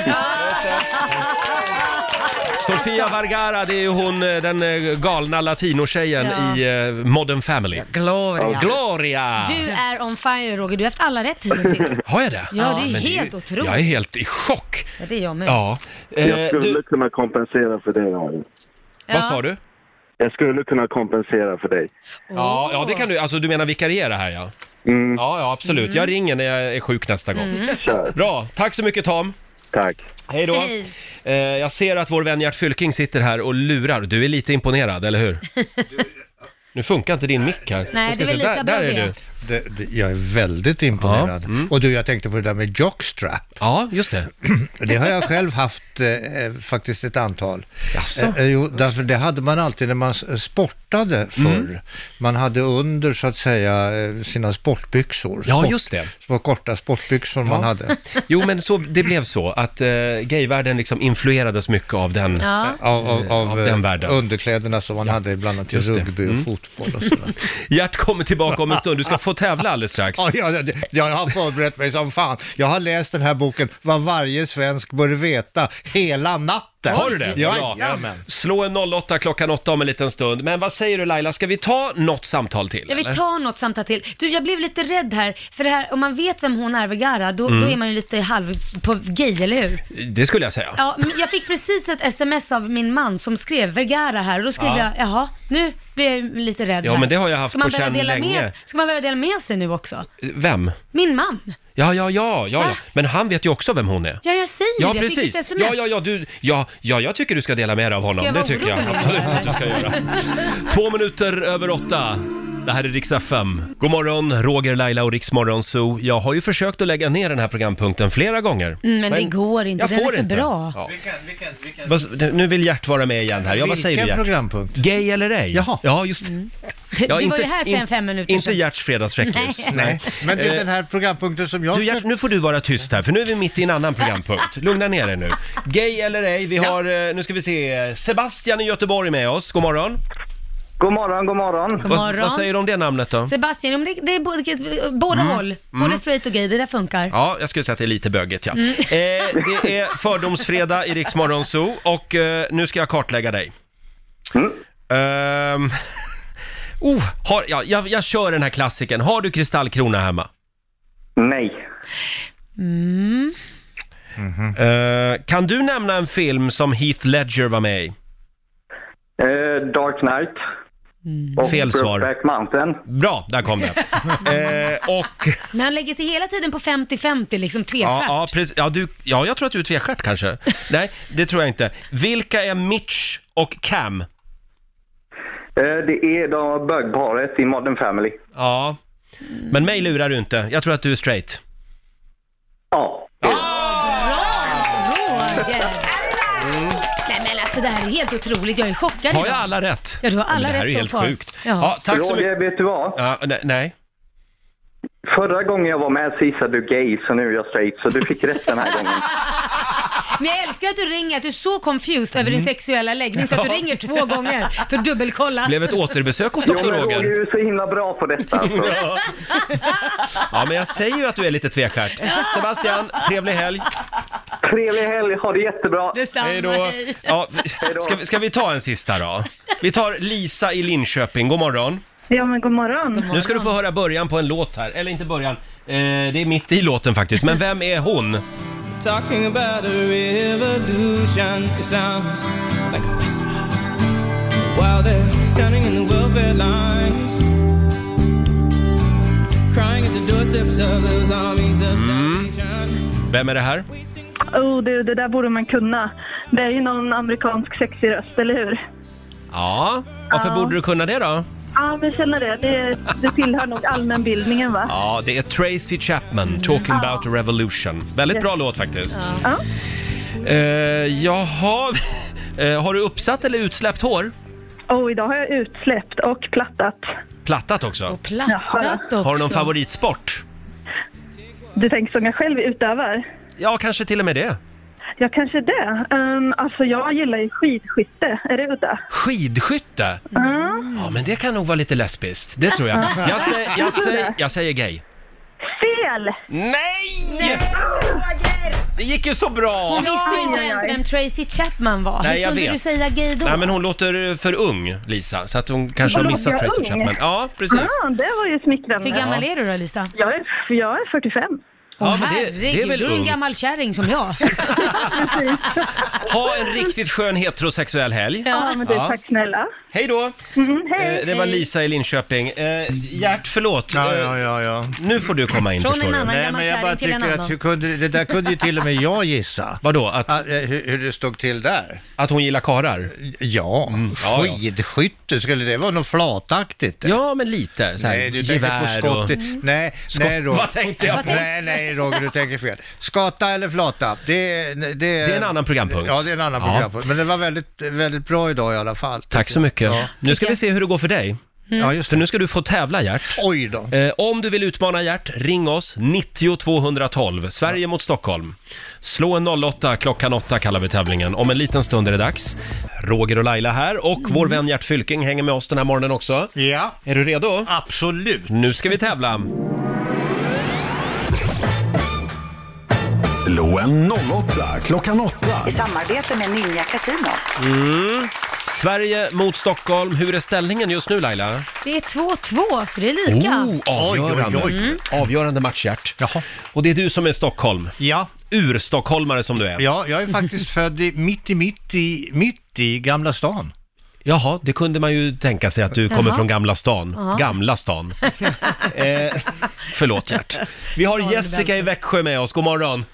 Sofia Vergara, det är ju hon, den galna latino-tjejen i Modern Family. Gloria! Du är on fire, Roger. Du har haft alla rätt hittills. Har jag det? Ja, det är helt otroligt. Jag är helt i chock. Ja, det är jag med. Ja. Jag skulle kunna kompensera för det. Ja. Vad sa du? Jag skulle kunna kompensera för dig. Ja, det kan du. Alltså, du menar vikariera här, ja? Ja, absolut. Jag ringer när jag är sjuk nästa gång. Bra, tack så mycket Tom. Tack. Hej då. Jag ser att vår vän Gert Fylking sitter här och lurar. Du är lite imponerad, eller hur? Nu funkar inte din mick här. Nej, det är väl lika bra där är du. Jag är väldigt imponerad. Och du, jag tänkte på det där med jockstrap. Ja, just det. Det har jag själv haft faktiskt ett antal. Jaså? Jo, därför det hade man alltid när man sportade förr. Man hade under så att säga sina sportbyxor. Ja, just det. Små korta sportbyxor man hade. Jo, men så, det blev så att gayvärlden liksom influerades mycket av den, av den världen. Underkläderna som man hade bland annat till rugby och fotboll och sådär. Gert kommer tillbaka om en stund. Du ska få tävla alldeles strax. Ja, jag har förberett mig som fan. Jag har läst den här boken Vad varje svensk bör veta hela natten. Har du det? Ja. Slå en 08 klockan 8 om en liten stund. Men vad säger du Laila, ska vi ta något samtal till? Jag vill ta något samtal till. Du, jag blev lite rädd här, för det här, om man vet vem hon är, Vergara, då är man ju lite halv på gay, eller hur? Det skulle jag säga. Ja, men jag fick precis ett sms av min man som skrev Vergara här, och då skrev jag, jaha, nu blir jag lite rädd här. Men det har jag haft på känn länge. Ska man börja dela med sig nu också? Vem? Min man. Ja. Men han vet ju också vem hon är. Ja, jag säger det. Precis. Jag fick ett sms. Jag tycker du ska dela med dig av honom. Ska jag det tycker jag orolig? absolut att du ska göra. 2 minuter över 8. Det här är Rix FM. God morgon, Roger, Laila och Rix Morgon Zoo. Jag har ju försökt att lägga ner den här programpunkten flera gånger. Men det går inte, den är för bra. Ja. Nu vill Gert vara med igen här. Ja, vad säger du, Gert? Programpunkt? Gay eller ej? Jaha. Ja, just Du var ju här för 5 minuter Inte sedan. Gerts fredagsfräckis. Nej. Men det är den här programpunkten som jag... Du Gert, nu får du vara tyst här, för nu är vi mitt i en annan programpunkt. Lugna ner er nu. Gay eller ej, vi har, nu ska vi se, Sebastian i Göteborg med oss. God morgon. God morgon, god morgon. God morgon. Vad säger du om det namnet då? Sebastian, om det är båda håll. Både straight och gay, det där funkar. Ja, jag skulle säga att det är lite böget, ja. Det är fördomsfredag i Rix Morgon Zoo och nu ska jag kartlägga dig. Jag kör den här klassiken. Har du kristallkrona hemma? Nej. Kan du nämna en film som Heath Ledger var med i? Dark Knight. Och Fel svar. Brokeback Mountain. Bra, där kom det. Men han lägger sig hela tiden på 50-50, liksom tvestjärt. Ja, precis. Jag tror att du är tvestjärt kanske. Nej, det tror jag inte. Vilka är Mitch och Cam? Det är de bögparet i Modern Family. Ja, men mig lurar du inte. Jag tror att du är straight. Ja. Nej men alltså det här är helt otroligt, jag är chockad. Har jag alla rätt? Ja, du har alla rätt. Det här rätt är helt så far. sjukt. Ja. Ja, tack så mycket. Roger, vet du vad? Ja, nej. Förra gången jag var med så gissade du gay, så nu är jag straight, så du fick rätt den här gången. Men jag älskar att du ringer, att du är så confused över din sexuella läggning så att du ringer 2 gånger för dubbelkolla. Blev ett återbesök hos Dr. Roger. Roger är ju så himla bra på detta. Alltså. Ja, men jag säger ju att du är lite tvestjärt. Sebastian, trevlig helg. Trevlig helg, ha det jättebra. Detsamma, Hej då. hej. Ja, ska vi ta en sista då? Vi tar Lisa i Linköping, god morgon. Ja, men god morgon. Nu ska du få höra början på en låt här. Eller inte början, det är mitt i låten faktiskt. Men vem är hon? Talking about a revolution, it sounds like a whisper while they're standing in the welfare lines, crying at the doorsteps of those armies of salvation. Vem är det här? Det där borde man kunna. Det är ju någon amerikansk sexig röst, eller hur? Ja, varför borde du kunna det då? Ja, men känner det tillhör nog allmänbildningen, va? Ja, det är Tracy Chapman, Talking about a revolution. Väldigt bra låt faktiskt. Jaha, har du uppsatt eller utsläppt hår? Idag har jag utsläppt och plattat. Plattat också? Och plattat också. Har du någon favoritsport? Du tänker som jag själv utövar? Ja, kanske till och med det. Ja, kanske det. Alltså jag gillar ju skidskytte. Är det udda? Skidskytte? Ja, men det kan nog vara lite lesbiskt. Det tror jag. Jag säger gay. Fel! Nej! Det gick ju så bra! Hon visste ju inte ens vem Tracy Chapman var. Nej, hur jag kunde vet. du säga gay då? Nej, men hon låter för ung, Lisa. Så att hon kanske har missat Tracy Chapman. Ja, precis. Det var ju smickrande. Hur gammal är du då, Lisa? Jag är 45. Ja, men det är Herregud, väl du är en ungt. gammal kärring som jag. Ha en riktigt skön heterosexuell helg. Ja, men tack snälla. Hej då! Hej. Det var Lisa i Linköping. Gert, förlåt. Ja. Nu får du komma in, Från förstår en du. annan Nej, gammal men jag bara kärring till en tycker annan. att det där kunde ju till och med jag gissa. Vadå? Hur det stod till där. Att hon gillar karar? Ja, ja. Skidskytte, skulle det vara något flataktigt? Ja, men lite. Så här, Nej, du tänker på gevär skott. och... Nej, Roger. Vad tänkte jag på? Nej, Roger, du tänker fel. Skata eller flata? Det är en annan programpunkt. Ja, det är en annan programpunkt. Men det var väldigt, väldigt bra idag i alla fall. Tack så mycket. Ja. Nu ska vi se hur det går för dig. Ja, just För nu ska du få tävla, Gert. Oj då. Om du vill utmana Gert, ring oss 90 212. Sverige mot Stockholm. Slå en 08, klockan 8 kallar vi tävlingen. Om en liten stund är det dags. Roger och Laila här och vår vän Gert Fylking hänger med oss den här morgonen också. Ja. Är du redo? Absolut. Nu ska vi tävla. Slå en 08 klockan 8. I samarbete med Ninja Casino. Sverige mot Stockholm. Hur är ställningen just nu, Laila? Det är 2-2, så det är lika. Avgörande. Oj. Avgörande match, Gert. Jaha. Och det är du som är Stockholm. Ja. Ur-stockholmare som du är. Ja, jag är faktiskt född mitt i Gamla stan. Jaha, det kunde man ju tänka sig att du kommer från Gamla stan. Jaha. Gamla stan. Förlåt, Gert. Vi har Jessica i Växjö med oss. God morgon.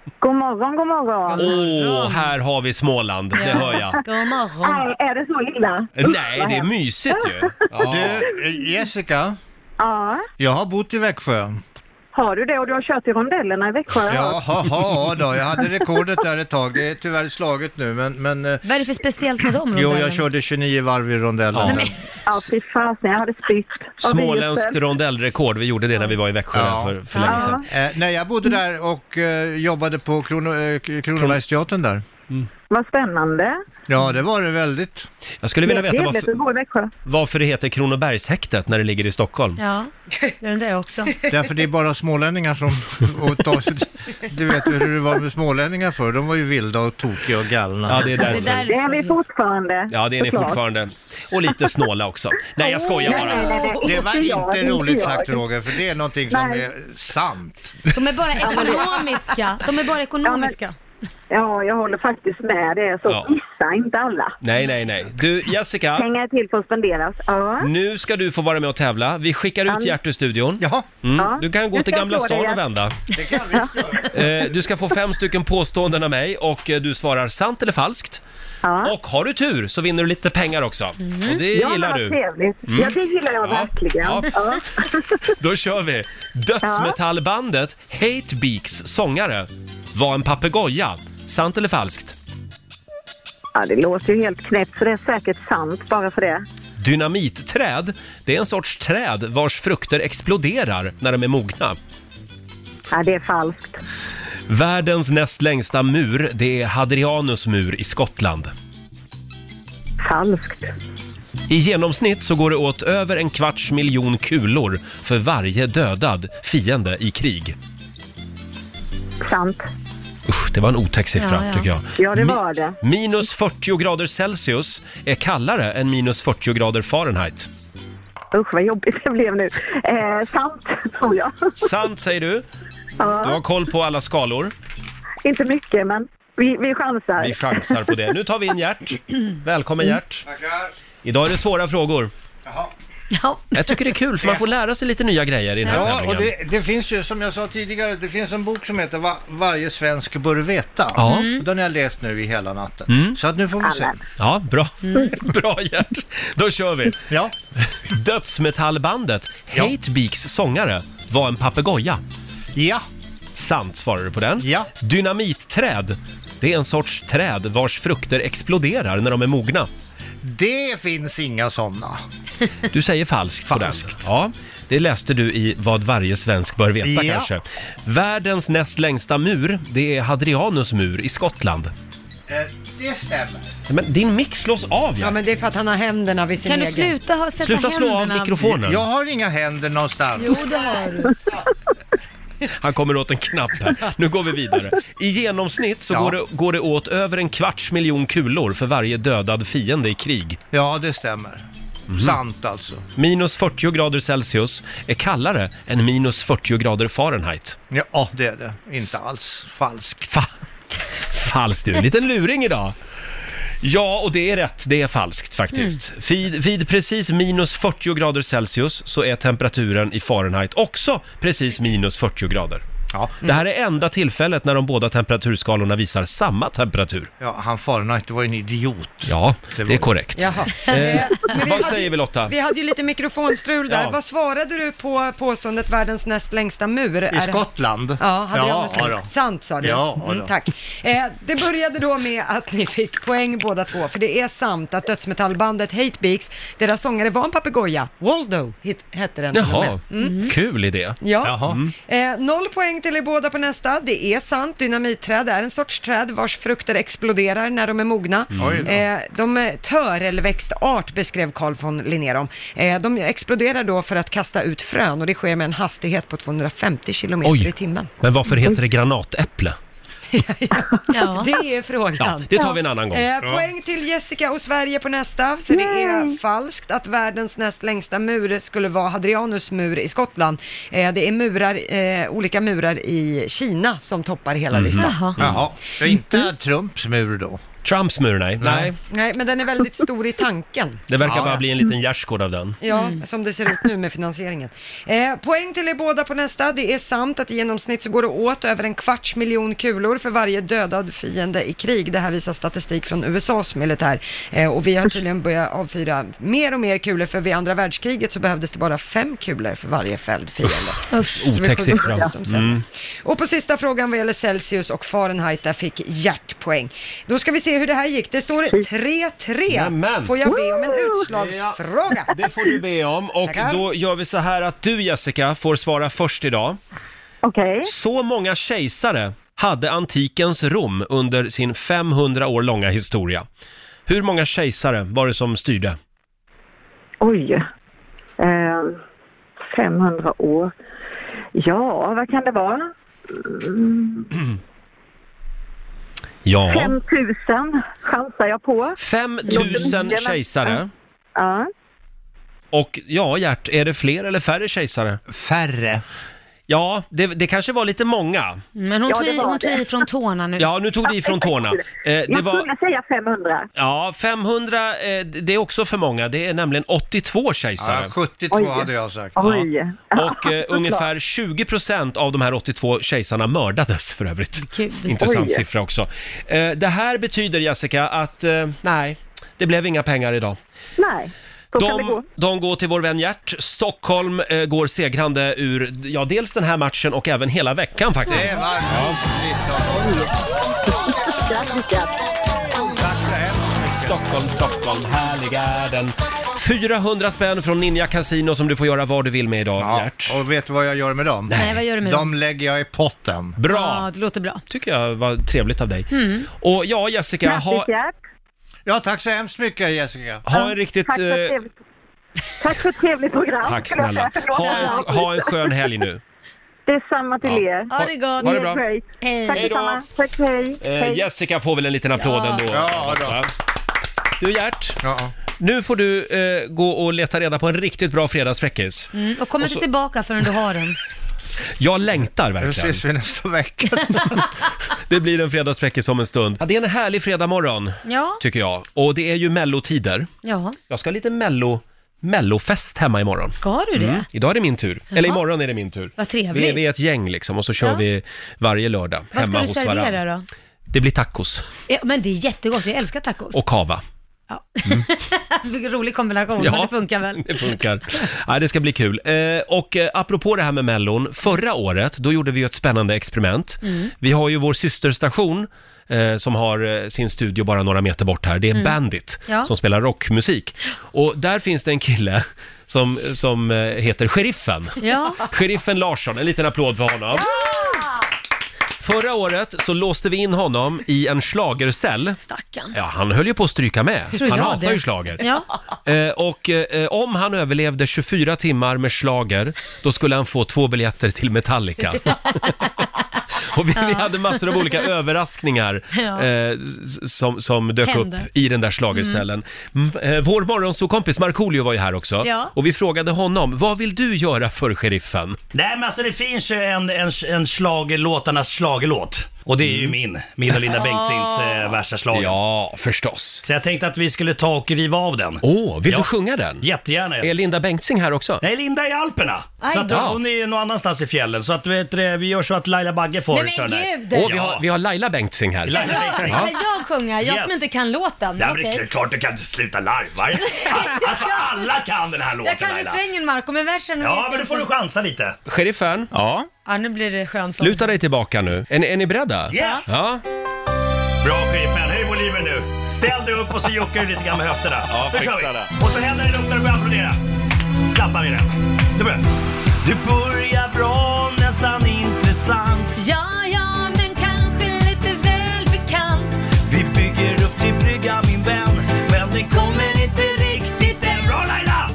God morgon, god morgon. Här har vi Småland, det hör jag. God morgon. Nej, är det så illa? Nej, det är mysigt ju. Ja. Du, Jessica, Ja. jag har bott i Växjö. Har du det och du har kört i rondellerna i Växjö? Ja, då. Jag hade rekordet där ett tag. Det är tyvärr slaget nu, men Vad är det för speciellt med dem? jo, jag körde 29 varv i rondellen. Ja, fy fasen, jag hade spytt. Småländskt rondellrekord, vi gjorde det när vi var i Växjö för länge sedan. Nej, jag bodde där och jobbade på Kronobergsteatern där. Vad spännande. Ja, det var det väldigt. Jag skulle vilja veta Växjö. varför det heter Kronobergshäktet när det ligger i Stockholm. Ja, det är det också. Därför det är bara smålänningar som... Du vet hur det var med smålänningar för. De var ju vilda och tokiga och galna. Ja, det är därför. Det är vi fortfarande. Ja, det är ni fortfarande. Och lite snåla också. Nej, jag skojar bara. Det var inte roligt sagt, Roger, för det är någonting som är sant. De är bara ekonomiska. Ja, jag håller faktiskt med det. Så missa inte alla. Nej. Du, Jessica. Pengar är till för att spenderas. Ja. Nu ska du få vara med och tävla. Vi skickar ut Gert ur studion. Jaha. Du kan gå till Gamla stan och vända. Det kan vi. Du ska få 5 stycken påståenden av mig och du svarar sant eller falskt. Ja. Och har du tur så vinner du lite pengar också. Och det gillar du. Trevligt. Ja, det gillar jag verkligen. Ja. Då kör vi. Dödsmetallbandet Hatebeaks sångare var en papegoja. Sant eller falskt? Ja, det låter ju helt knäppt, så det är säkert sant bara för det. Dynamitträd, det är en sorts träd vars frukter exploderar när de är mogna. Ja, det är falskt. Världens näst längsta mur, det är Hadrianus mur i Skottland. Falskt. I genomsnitt så går det åt över 250 000 kulor för varje dödad fiende i krig. Sant. Usch, det var en otäck siffra tycker jag. Ja, det var det. Minus 40 grader Celsius är kallare än minus 40 grader Fahrenheit. Usch, vad jobbigt det blev nu. Sant, tror jag. Sant säger du? Ja. Du har koll på alla skalor. Inte mycket, men vi chansar. Vi chansar på det. Nu tar vi in Gert. Välkommen Gert. Tackar. Idag är det svåra frågor. Jaha. Ja. Jag tycker det är kul för man får lära sig lite nya grejer i den här tävlingen. Och det finns ju, som jag sa tidigare, det finns en bok som heter Varje svensk bör veta. Ja. Den har jag läst nu i hela natten. Så att nu får vi se. Ja, bra. Bra Gert. Då kör vi. Ja. Dödsmetallbandet Hatebeaks sångare var en papegoja. Ja. Sant svarar du på den. Ja. Dynamitträd, det är en sorts träd vars frukter exploderar när de är mogna. Det finns inga sådana. Du säger falskt på den. Ja, det läste du i Vad varje svensk bör veta kanske. Världens näst längsta mur, det är Hadrianus mur i Skottland. Det stämmer. Men din mick slås av, Ja, men det är för att han har händerna vid sin Kan egen. du sluta Sluta slå av mikrofonen. Jag har inga händer någonstans. Jo, det har du. Han kommer åt en knapp här. Nu går vi vidare. I genomsnitt så går det åt över 250 000 kulor för varje dödad fiende i krig. Ja, det stämmer. Sant alltså. Minus 40 grader Celsius är kallare än minus 40 grader Fahrenheit. Ja, det är det. Inte alls falskt. Falskt du, en liten luring idag. Ja, och det är rätt. Det är falskt faktiskt. Vid precis minus 40 grader Celsius så är temperaturen i Fahrenheit också precis minus 40 grader. Ja. Det här är enda tillfället när de båda temperaturskalorna visar samma temperatur. Ja, han Fahrenheit, det var en idiot. Ja, det är korrekt. Jaha. Vad säger vi Lotta? Vi hade ju lite mikrofonstrul där. Ja. Vad svarade du på påståendet världens näst längsta mur? I Skottland? Ja, hade jag då. Sant sa du. Ja, då. Tack. Det började då med att ni fick poäng båda två, för det är sant att dödsmetallbandet Hatebeaks, deras sångare var en papegoja. Waldo hette den. Jaha, kul idé. Ja. 0 poäng till er båda på nästa. Det är sant, dynamitträd är en sorts träd vars frukter exploderar när de är mogna. De törelväxtart beskrev Carl von Linné dem. De exploderar då för att kasta ut frön och det sker med en hastighet på 250 kilometer i timmen. Men varför heter det granatäpple? Ja. Det är frågan. Ja, det tar vi en annan gång. Poäng till Jessica och Sverige på nästa, för det är falskt att världens näst längsta mur skulle vara Hadrianus mur i Skottland. Det är murar, olika murar i Kina som toppar hela listan. Jaha, det är inte Trumps mur då? Trumps mur, nej. Nej, men den är väldigt stor i tanken. Det verkar bara bli en liten gärdsgård av den. Ja, som det ser ut nu med finansieringen. Poäng till er båda på nästa. Det är sant att i genomsnitt så går det åt över 250 000 kulor för varje dödad fiende i krig. Det här visar statistik från USAs militär. Och vi har tydligen börjat avfyra mer och mer kulor, för vid andra världskriget så behövdes det bara 5 kulor för varje fälld fiende. Otäck siffra. Och på sista frågan vad gäller Celsius och Fahrenheit, där fick Gert poäng. Då ska vi se hur det här gick. Det står 3-3. Nämen. Får jag be om en utslagsfråga? Ja, det får du be om. Och då gör vi så här att du, Jessica, får svara först idag. Okej. Så många kejsare hade antikens Rom under sin 500 år långa historia. Hur många kejsare var det som styrde? Oj. 500 år. Ja, vad kan det vara? Ja. 5 000 chansar jag på. 5 000 kejsare. Ja. Och ja, Gert, är det fler eller färre kejsare? Färre. Ja, det kanske var lite många. Men hon tog ifrån tårna nu. Ja, nu tog det ifrån tårna. Jag skulle säga 500. Ja, 500, det är också för många. Det är nämligen 82 kejsare. Ja, 72 hade jag sagt. Oj. Och ungefär 20% av de här 82 kejsarna mördades för övrigt. Gud. Intressant siffra också. Det här betyder, Jessica, att nej, det blev inga pengar idag. Nej. De går till vår vän Gert. Stockholm går segrande ur dels den här matchen och även hela veckan faktiskt. Det var Stockholm, härliga den. 400 spänn från Ninja Casino som du får göra vad du vill med idag, Gert. Och vet du vad jag gör med dem? Nej, vad gör du med dem? De lägger jag i potten. Bra! Ja, det låter bra. Tycker jag var trevligt av dig. Och ja, Jessica, Ja, tack så hemskt mycket, Jessica. Ha en riktigt... Tack för ett trevligt program. Tack snälla. Ha en skön helg nu. Det är samma till er. Ha det gott. Ha det bra. Hej. Tack detsamma. Tack, hej. Jessica får väl en liten applåd ändå. Ja, då. Du, Gert. Nu får du gå och leta reda på en riktigt bra fredagsfräckis. Och kom inte tillbaka förrän du har den. Jag längtar verkligen. Då ses vi nästa vecka. Det blir en fredagsfräckis om en stund. Ja, det är en härlig fredagmorgon, tycker jag. Och det är ju mellotider. Ja. Jag ska ha lite mellofest hemma imorgon. Ska du det? Idag är det min tur. Eller imorgon är det min tur. Vad trevligt. Vi är ett gäng liksom och så kör vi varje lördag hemma hos varandra. Vad ska du servera då? Det blir tacos. Ja, men det är jättegott, jag älskar tacos. Och kava. Ja. Vilken rolig kombination, men det funkar väl? Det funkar. Ja, det ska bli kul. Och apropå det här med Mellon, förra året, då gjorde vi ett spännande experiment. Vi har ju vår systerstation som har sin studio bara några meter bort här. Det är Bandit som spelar rockmusik. Och där finns det en kille som heter Sheriffen. Ja. Sheriffen Larsson, en liten applåd för honom. Förra året så låste vi in honom i en schlagercell. Stackarn. Ja, han höll ju på att stryka med. Han hatar ju schlager. Ja. Och om han överlevde 24 timmar med schlager, då skulle han få 2 biljetter till Metallica. Och vi hade massor av olika överraskningar som dök upp i den där schlagercellen. Vår morgonsokompis Markoolio var ju här också. Ja. Och vi frågade honom, vad vill du göra för sheriffen? Nej, men alltså det finns ju en schlagerlåtarnas schlagerlåt. Och det är ju min och Linda Bengtzings värsta schlager. Ja, förstås. Så jag tänkte att vi skulle ta och riva av den. Vill du sjunga den? Jättegärna. Är Linda Bengtzing här också? Nej, Linda är i Alperna. Så att hon är någon annanstans i fjällen. Så att vi gör så att Laila Bagge får köra där. Vi har Laila Bengtzing här. Ska jag sjunga? Jag som inte kan låten. Ja, men det är klart du kan inte sluta larva. Alltså alla kan den här låten, jag kan refrängen, Marco, men versen... Ja, men då får du chansa lite. Sheriffen? Ja, nu blir det skönt. Luta dig tillbaka nu. Är ni beredda? Yes! Ja. Bra, Sheriffen. Höj volymen nu. Ställ dig upp och så juckar du lite grann med höfterna. Ja, då kör vi. Och så händerna i luften och börjar applådera. Klappar vi den. Det börjar. Du börjar bra, nästan intressant. Ja, men kanske lite väl bekant. Vi bygger upp till brygga, min vän. Men det kommer inte riktigt än. Bra, Laila!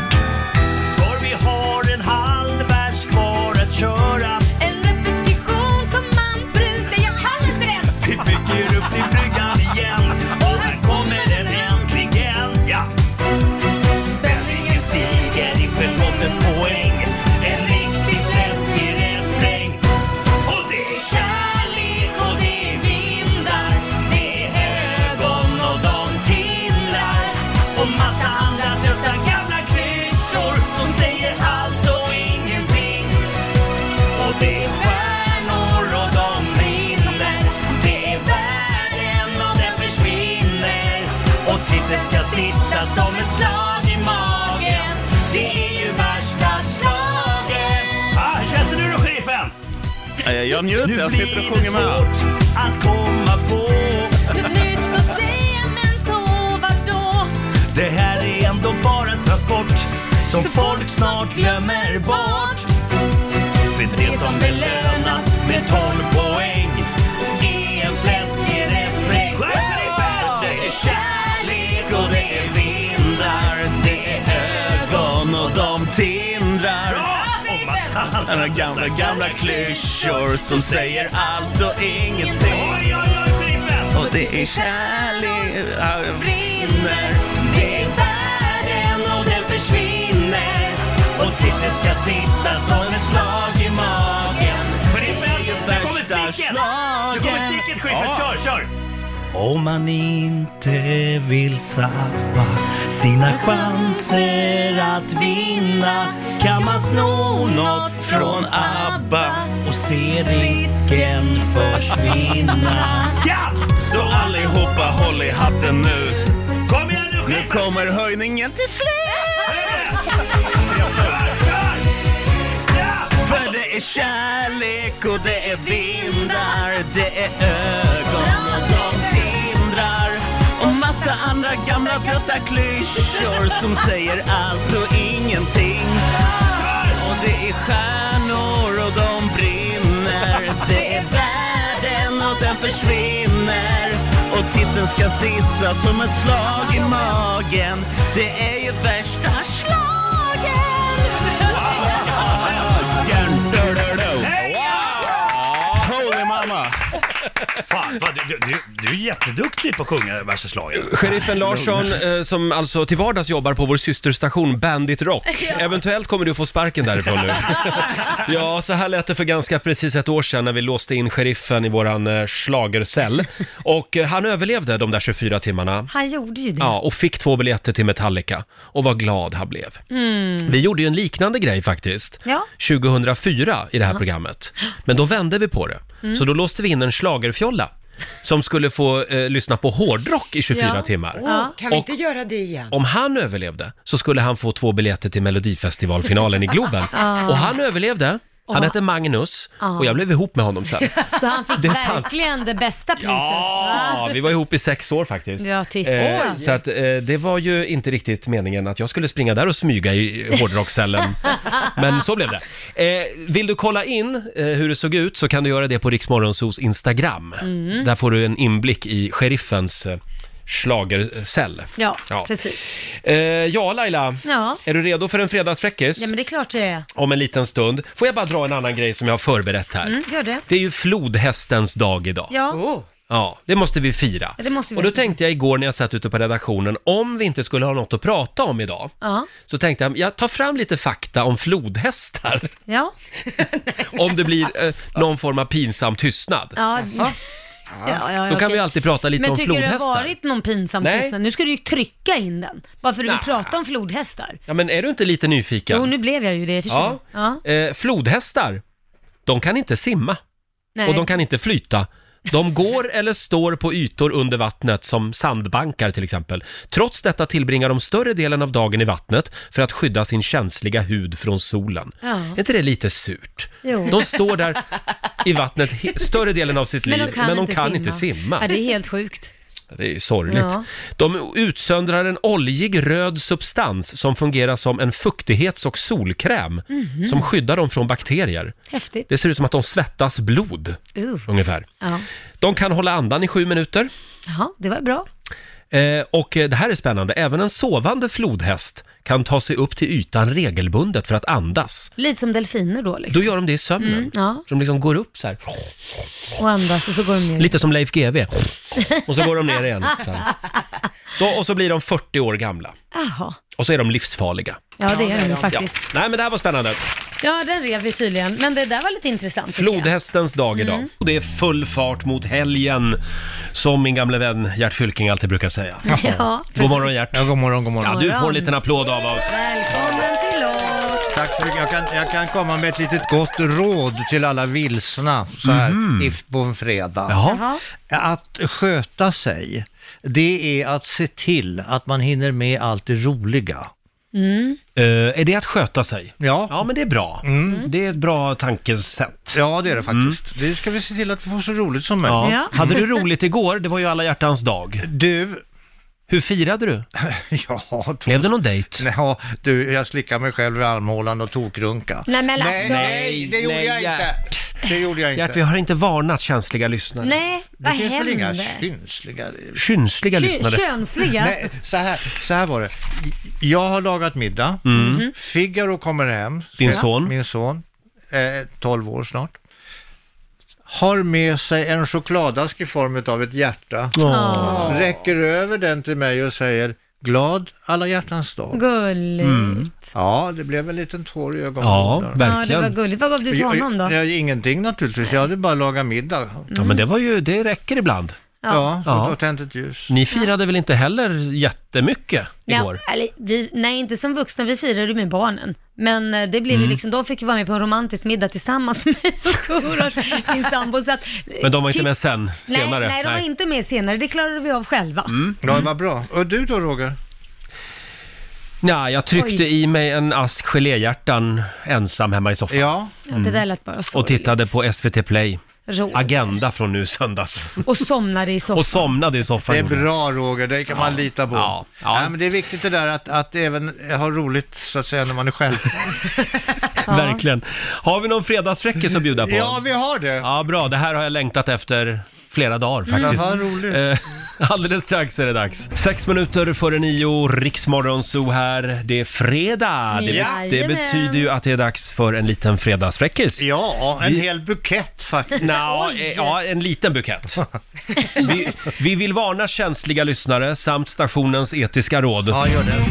För vi har en halv vers kvar att köra. En repetition som man brukar. Jag kan inte det. Vi bygger upp till bryggan igen. Och här kommer den äntligen. Ja! Spänningen stiger inför lottens poäng. En riktig Jag njuter, jag sitter och sjunger med. Att komma på. Nytt att se, men så vadå? Det här är ändå bara en transport som folk snart glömmer bort. För det som belönas med 12 poäng är en fläskig refräng. Det är kärlek och det är vindar. Det är ögon och de tindrar. Alla gamla klyschor som säger allt och ingenting. Och det är kärlek brinner. Det är världen och den försvinner. Och titeln ska sitta som ett slag i magen. Det är värsta slagen. Nu kommer sticket, Schyffert, kör! Om man inte vill sabba sina chanser att vinna, kan man sno något från ABBA och se risken försvinna. Ja! Så allihopa håll i hatten nu. Kom igen nu, nu kommer höjningen till slut. För det är kärlek och det är vindar. Det är ögon och de tindrar. Och massa andra gamla trötta klyschor som säger allt och ingenting. Och det är stjärnor och de brinner. Det är världen och den försvinner. Och titeln ska sitta som ett slag i magen. Det är ju värsta slagen. Holy mama. Fan, du är jätteduktig på att sjunga värsta slagen. Sheriffen Larsson, som alltså till vardags jobbar på vår systerstation Bandit Rock. Ja. Eventuellt kommer du få sparken därifrån nu. Ja, så här lät det för ganska precis ett år sedan när vi låste in sheriffen i våran schlagercell. Och han överlevde de där 24 timmarna. Han gjorde ju det. Ja, och fick 2 biljetter till Metallica. Och vad glad han blev. Vi gjorde ju en liknande grej faktiskt. Ja. 2004 i det här programmet. Men då vände vi på det. Så då låste vi in en schlagerfjolla som skulle få lyssna på hårdrock i 24 timmar. Kan vi inte göra det igen? Om han överlevde så skulle han få 2 biljetter till Melodifestivalfinalen i Globen. Och han överlevde. Han hette Magnus och jag blev ihop med honom sen. Så han fick verkligen det bästa priset. Ja, vi var ihop i 6 år faktiskt. Ja, titta. Så att det var ju inte riktigt meningen att jag skulle springa där och smyga i hårdrockscellen. Men så blev det. Vill du kolla in hur det såg ut så kan du göra det på Rix Morgonzos Instagram. Där får du en inblick i sheriffens schlagercell. Ja, precis. Ja, Laila. Ja. Är du redo för en fredagsfräckis? Ja, men det är klart det är. Om en liten stund. Får jag bara dra en annan grej som jag har förberett här? Gör det. Det är ju flodhästens dag idag. Ja. Ja, det måste vi fira. Det måste vi. Och då tänkte jag igår när jag satt ute på redaktionen, om vi inte skulle ha något att prata om idag, så tänkte jag tar fram lite fakta om flodhästar. Ja. Om det blir någon form av pinsam tystnad. Ja. Då kan vi alltid prata lite om flodhästar. Men tycker det har varit någon pinsam tystnad? Nu ska du ju trycka in den. Bara för att du vill prata om flodhästar. Ja, men är du inte lite nyfiken? Jo, nu blev jag ju det i och för sig. Flodhästar, de kan inte simma. Nej. Och de kan inte flyta. De går eller står på ytor under vattnet som sandbankar till exempel. Trots detta tillbringar de större delen av dagen i vattnet för att skydda sin känsliga hud från solen. Ja. Är inte det lite surt? Jo. De står där i vattnet större delen av sitt liv, men de kan inte simma. Ja, det är helt sjukt. Det är ju sorgligt. Ja. De utsöndrar en oljig röd substans som fungerar som en fuktighets- och solkräm som skyddar dem från bakterier. Häftigt. Det ser ut som att de svettas blod, ungefär. Ja. De kan hålla andan i 7 minuter. Jaha, det var bra. Och det här är spännande. Även en sovande flodhäst kan ta sig upp till ytan regelbundet för att andas. Lite som delfiner då liksom. Då gör de det i sömnen. Ja. Så de liksom går upp så här. Och andas och så går de ner. Lite som Leif GW. Och så går de ner igen. Och så blir de 40 år gamla. Jaha. Och så är de livsfarliga. Ja, det är de faktiskt. Ja. Nej, men det här var spännande. Ja, den rev vi tydligen. Men det där var lite intressant. Flodhästens dag idag. Och det är full fart mot helgen, som min gamla vän Gert Fylking alltid brukar säga. Ja, God morgon, Gert. Ja, god morgon, god morgon. Ja, du får en liten applåd av oss. Välkommen till oss. Tack så mycket. Jag kan komma med ett litet gott råd till alla vilsna så här på en fredag. Jaha. Att sköta sig, det är att se till att man hinner med allt det roliga. Är det att sköta sig? Ja. Ja, men det är bra. Det är ett bra tankesätt. Ja, det är det faktiskt. Det ska vi se till att vi får så roligt som möjligt. Ja. Hade du roligt igår? Det var ju alla hjärtans dag. Du... Hur firade du? Ja, blev det någon dejt? Ja, du, jag slickade mig själv i armhålan och tokrunka. Nej, men alltså... Nej, det gjorde jag inte. Det gjorde jag inte. Gert, vi har inte varnat känsliga lyssnare. Nej, vad det finns händer? väl inga Kynsliga lyssnare? Könsliga? Nej, så här var det. Jag har lagat middag. Figaro kommer hem. Din son? Min son. 12 år snart. Har med sig en chokladask i form av ett hjärta. Räcker över den till mig och säger glad alla hjärtans dag. Gulligt. Ja, det blev en liten tår i ögonen. Ja, verkligen. Ja, det var gulligt. Vad gav du till honom då? Ingenting naturligtvis. Jag hade bara lagat middag. Ja, men det räcker ibland. Ja, och tänt ett ljus. Ni firade väl inte heller jättemycket igår? Ja, eller nej, inte som vuxna, vi firade med barnen. Men det blev ju liksom, de fick ju vara med på en romantisk middag tillsammans med mig och Korosh, min sambo. Så att, men de var inte med senare? Nej, de var inte med senare. Det klarade vi av själva. Ja, det var bra. Och du då, Roger? Ja, jag tryckte i mig en ask geléhjärtan ensam hemma i soffan. Ja. Det där lät bara så. Och tittade på SVT Play. Roger. Agenda från nu söndags. Och somnade i soffan. Det är bra, Roger, det kan man lita på. Ja. Nej, men det är viktigt det där att även ha roligt så att säga när man är själv. Verkligen. Har vi någon fredagsfräckis att bjuda på? Ja, vi har det. Ja, bra. Det här har jag längtat efter flera dagar faktiskt. Vad roligt. Alldeles strax är det dags. 6 minuter före 9, Riksmorgonzoo här. Det är fredag. Det betyder ju att det är dags för en liten fredagsfräckis. Ja, en hel bukett faktiskt. Ja, en liten bukett. Vi vill varna känsliga lyssnare samt stationens etiska råd. Ja, gör det.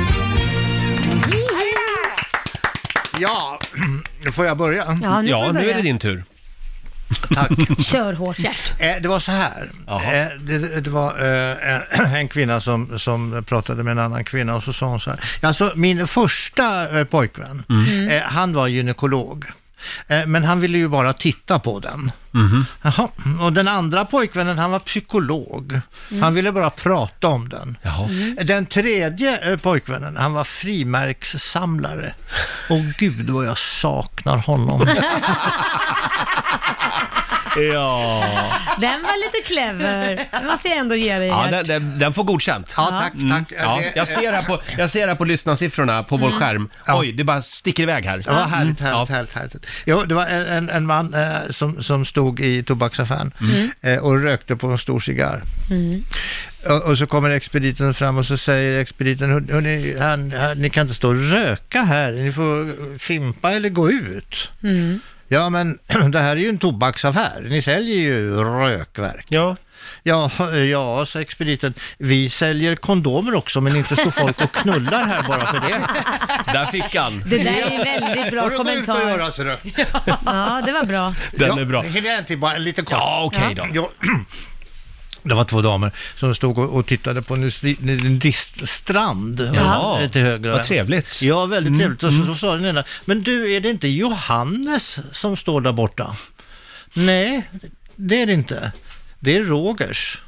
Ja, nu får jag börja. Ja, nu är det din tur. Tack. Kör hårt, Gert. Det var så här. Det var en kvinna som pratade med en annan kvinna och så sa hon så här. Alltså min första pojkvän, han var gynekolog. Men han ville ju bara titta på den. Jaha. Och den andra pojkvännen, han var psykolog. Han ville bara prata om den. Den tredje pojkvännen, han var frimärkssamlare. Och gud vad jag saknar honom. Ja. Den var lite clever. Den måste jag ändå ge dig. Ja, den får godkänt. Ja, tack. Ja, jag ser här på lyssnarsiffrorna på vår skärm. Oj, det bara sticker iväg här. Det var härligt. Jo, det var en man som stod i tobaksaffären och rökte på en stor cigarr. Och så kommer expediten fram och så säger expediten, ni kan inte stå och röka här, ni får fimpa eller gå ut. Ja, men det här är ju en tobaksaffär. Ni säljer ju rökverk. Ja, sa expediten. Vi säljer kondomer också, men inte står folk och knullar här bara för det. Där fick han. Det där är ju väldigt bra kommentar. Får du gå ut och göra så då? Ja, det var bra. Den är bra. Hinner jag inte bara en liten kort? Ja, okej då. Ja. Det var 2 damer som stod och tittade på en nudiststrand till höger. Vad trevligt. Ja, väldigt trevligt. Och så sa den ena, men du, är det inte Johannes som står där borta? Nej, det är det inte. Det är Rogers.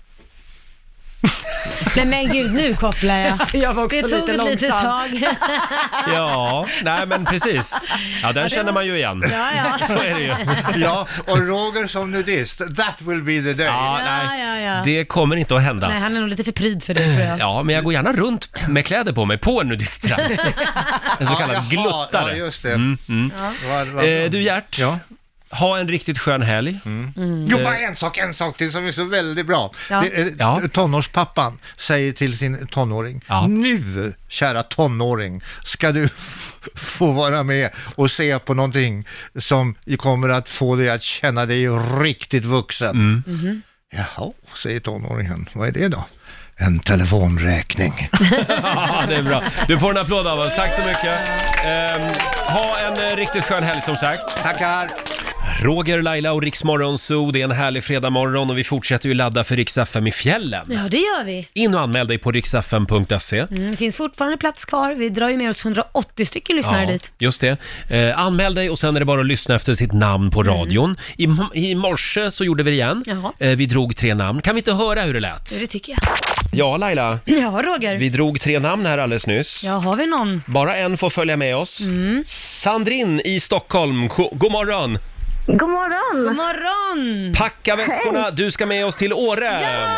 Nej men gud, nu kopplar jag. Jag var också det tog lite ett litet tag. Ja, nej men precis. Ja, den känner man ju igen. Ja. Så är det ju. Ja, och Roger som nudist, that will be the day. Ja. Det kommer inte att hända. Nej, han är nog lite för pryd för det, tror jag. Ja, men jag går gärna runt med kläder på mig på en nudiststrand. En så kallad gluttare. Ja, just det. Du Gert, ha en riktigt skön helg. Jo, bara en sak till som är så väldigt bra. Tonårspappan säger till sin tonåring, nu kära tonåring ska du få vara med och se på någonting som kommer att få dig att känna dig riktigt vuxen. Jaha, säger tonåringen. Vad är det då? En telefonräkning. Ja, det är bra. Du får en applåd av oss. Tack så mycket. Ha en riktigt skön helg som sagt. Tackar. Roger, Laila och Riksmorgonzoo. Det är en härlig fredagmorgon och vi fortsätter ju ladda för Rix FM i fjällen. Ja, det gör vi. In och anmäl dig på riksfm.se. Det finns fortfarande plats kvar. Vi drar ju med oss 180 stycken lyssnare dit. Just det. Anmäl dig och sen är det bara att lyssna efter sitt namn på radion. I morse så gjorde vi det igen. Vi drog 3 namn. Kan vi inte höra hur det lät? Det tycker jag. Ja, Laila. Ja, Roger. Vi drog 3 namn här alldeles nyss. Ja, har vi någon? Bara en får följa med oss. Sandrine i Stockholm. God morgon. God morgon! God morgon! Packa väskorna, du ska med oss till Åre.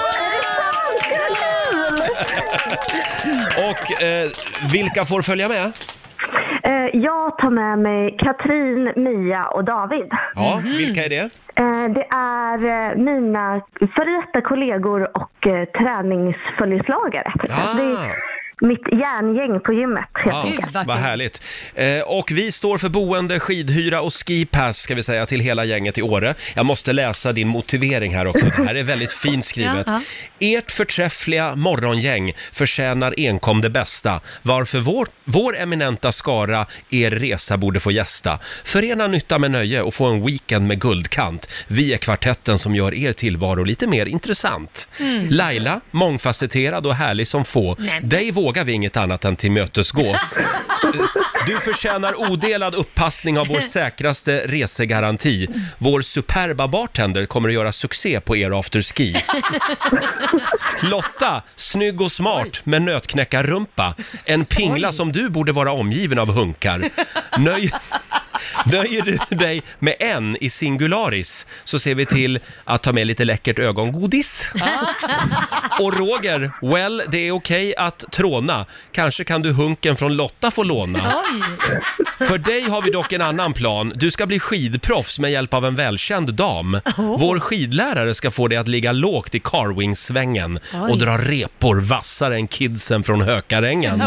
Och vilka får följa med? Jag tar med mig Katrin, Mia och David. Ja, vilka är det? Det är mina före detta kollegor och träningsföljeslagare. Det är mitt järngäng på gymmet. Vad härligt. Och vi står för boende, skidhyra och skipass ska vi säga till hela gänget i Åre. Jag måste läsa din motivering här också. Det här är väldigt fint skrivet. Ert förträffliga morgongäng förtjänar enkom det bästa. Varför vår eminenta skara er resa borde få gästa. Förena nytta med nöje och få en weekend med guldkant. Vi är kvartetten som gör er tillvaro lite mer intressant. Laila, mångfacetterad och härlig som få. Dig vågar vi inget annat än till mötesgå. Du förtjänar odelad upppassning av vår säkraste resegaranti. Vår superba bartender kommer att göra succé på er afterski. Lotta, snygg och smart med nötknäckarrumpa. En pingla som du borde vara omgiven av hunkar. Nöjer du dig med en i singularis så ser vi till att ta med lite läckert ögongodis. Och Roger, det är okej att tråna. Kanske kan du hunken från Lotta få låna. För dig har vi dock en annan plan. Du ska bli skidproffs med hjälp av en välkänd dam. Vår skidlärare ska få dig att ligga lågt i carwing-svängen och dra repor vassare än kidsen från Hökarängen.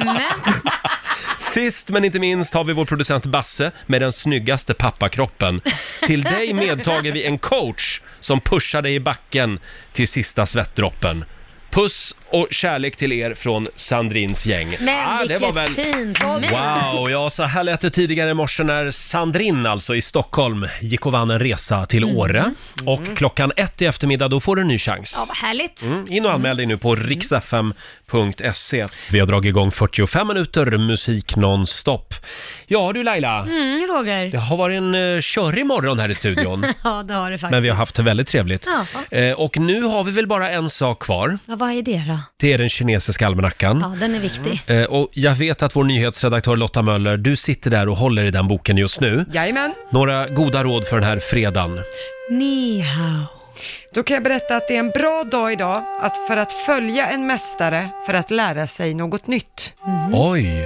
Sist men inte minst har vi vår producent Basse med den snyggaste pappakroppen. Till dig medtager vi en coach som pushar dig i backen till sista svettdroppen. Puss och kärlek till er från Sandrins gäng. Men vilket fint. Wow, ja, så här lät det tidigare i morse när Sandrin alltså i Stockholm gick och vann en resa till Åre. Och klockan 1 i eftermiddag då får du en ny chans. Ja, vad härligt. In och anmäl dig nu på riksfm.se. Vi har dragit igång 45 minuter musik nonstop. Ja du Laila, Roger. det har varit en körig morgon här i studion. Ja, det har det faktiskt. Men vi har haft det väldigt trevligt. Ja. Och nu har vi väl bara en sak kvar. Ja, vad är det då? Det är den kinesiska almanackan. Ja, den är viktig. Och jag vet att vår nyhetsredaktör Lotta Möller, du sitter där och håller i den boken just nu. Jajamän. Några goda råd för den här fredagen. Ni hao. Då kan jag berätta att det är en bra dag idag för att följa en mästare för att lära sig något nytt. Oj!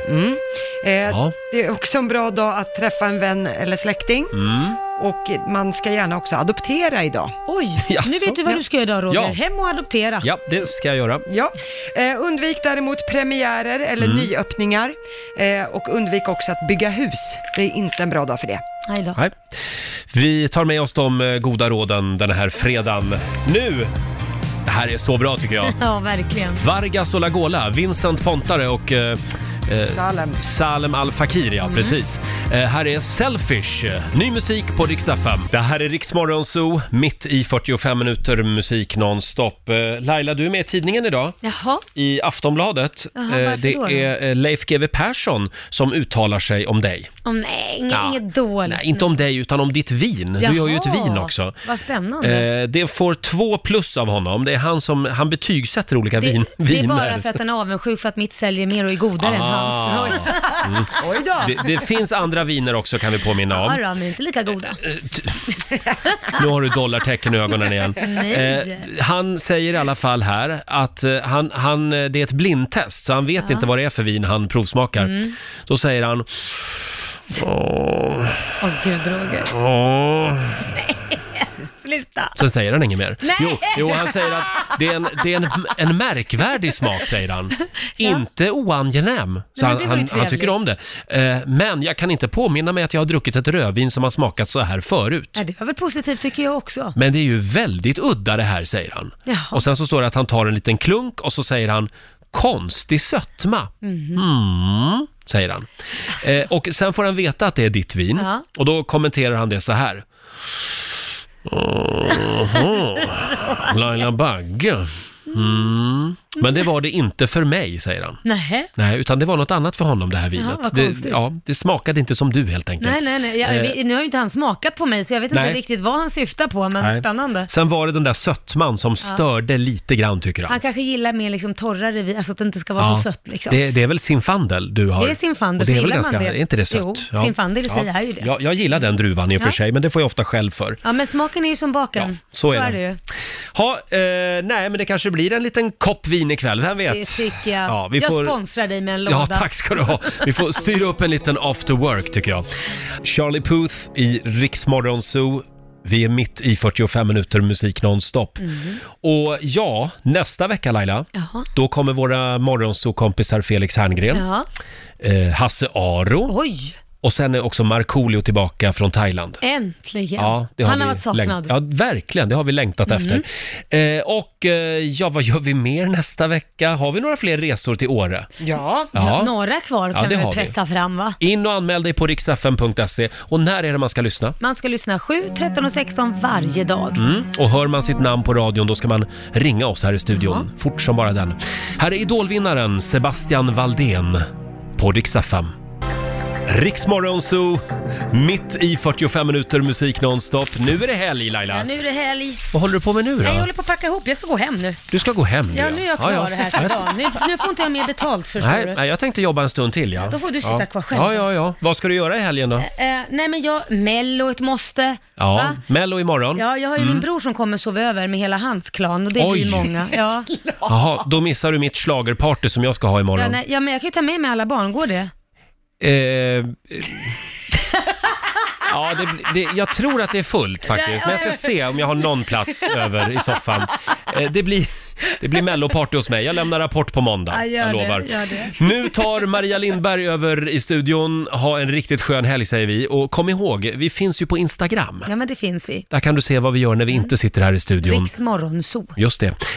Det är också en bra dag att träffa en vän eller släkting. Och man ska gärna också adoptera idag. Oj, Jaså? nu vet du vad du ska göra idag, Roger. Ja. Hem och adoptera. Ja, det ska jag göra. Ja. Undvik däremot premiärer eller nyöppningar. Och undvik också att bygga hus. Det är inte en bra dag för det. Nej. Vi tar med oss de goda råden den här fredagen. Nu! Det här är så bra tycker jag. Ja, verkligen. Vargas och Lagola, Vincent Pontare och Salem Al Fakir, ja, precis. Här är Selfish, ny musik på Rix FM. Det här är Rix Morgon Zoo, mitt i 45 minuter musik nonstop. Laila, du är med i tidningen idag. Jaha. I Aftonbladet. Jaha, det då? är Leif GW Persson som uttalar sig om dig. Nej, inget dåligt. Nej, inte om dig utan om ditt vin. Jaha. Du har ju ett vin också. Vad spännande. Det får 2+ av honom. Det är han betygsätter olika viner. Det är bara för att han är avundsjuk för att mitt säljer mer och är godare än hans. Oj då. Det finns andra viner också kan vi påminna om. Ja, men inte lika goda. Nu har du dollartecken i ögonen igen. Nej. Han säger i alla fall här att det är ett blindtest så han vet inte vad det är för vin han provsmakar. Då säger han Åh gud, Roger. Sluta. Sen säger han inget mer. Nej. Jo, han säger att det är en märkvärdig smak, säger han. Inte oangenäm. Så han tycker om det. Men jag kan inte påminna mig att jag har druckit ett rödvin som har smakat så här förut. Ja, det var väl positivt tycker jag också. Men det är ju väldigt udda det här, säger han. Jaha. Och sen så står det att han tar en liten klunk och så säger han konstig sötma. Säger han. Och sen får han veta att det är ditt vin. Ja. Och då kommenterar han det så här. Laila Bagge. Men det var det inte för mig, säger han. Nej, utan det var något annat för honom, det här vinet. Det smakade inte som du, helt enkelt. Nej. Nu har ju inte han smakat på mig, så jag vet inte riktigt vad han syftar på, men spännande. Sen var det den där sötman som störde lite grann, tycker han. Han kanske gillar mer liksom torrare vin, alltså att det inte ska vara så sött liksom. Det är väl Zinfandel du har. Det är Zinfandel, och det är så väl gillar ganska, man det. är inte det sött? Jo, Zinfandel säger ju det. Jag gillar den druvan i och för sig, men det får jag ofta själv för. Ja, men smaken är ju som baken. Så är det ju. Nej, men det kanske blir en liten kopp vin ikväll, vem vet? Det tycker jag. Ja, jag sponsrar dig med en låda. Ja, tack ska du ha. Vi får styra upp en liten after work, tycker jag. Charlie Puth i Rix Morgon Zoo. Vi är mitt i 45 minuter musik nonstop. Och nästa vecka, Laila, då kommer våra morgonzoo-kompisar Felix Herngren, Hasse Aro. Oj! Och sen är också Markoolio tillbaka från Thailand. Äntligen. Ja, Han har varit saknad. Ja, verkligen. Det har vi längtat efter. Vad gör vi mer nästa vecka? Har vi några fler resor till Åre? Ja. Några kvar kan vi pressa fram, va? In och anmäl dig på riksfm.se. Och när är det man ska lyssna? Man ska lyssna 7, 13 och 16 varje dag. Och hör man sitt namn på radion, då ska man ringa oss här i studion. Fort som bara den. Här är idolvinnaren Sebastian Valdén på Rix FM. Rix Morgon Zoo, mitt i 45 minuter musik nonstop. Nu är det helg, Laila. Ja, nu är det helg. Vad håller du på med nu då? Jag håller på att packa ihop, jag ska gå hem nu. Du ska gå hem nu? Ja, nu är jag klar det här för dagen. Nu får inte jag mer betalt, förstår du. Nej, jag tänkte jobba en stund till, ja. Då får du sitta kvar själv. Ja. Vad ska du göra i helgen då? Nej, men Mello ett måste. Ja, va? Mello imorgon. Ja, jag har ju min bror som kommer sova över med hela hans klan och det blir många. Ja. Jaha, då missar du mitt schlagerparty som jag ska ha imorgon. Men jag kan ju ta med mig alla barn, går det? Jag tror att det är fullt faktiskt, men jag ska se om jag har någon plats över i soffan. Det blir melloparty hos mig. Jag lämnar rapport på måndag, jag lovar. Gör det. Nu tar Maria Lindberg över i studion. Ha en riktigt skön helg, säger vi. Och kom ihåg, vi finns ju på Instagram. Ja, men det finns vi. Där kan du se vad vi gör när vi inte sitter här i studion. Rix Morgon Zoo. Just det.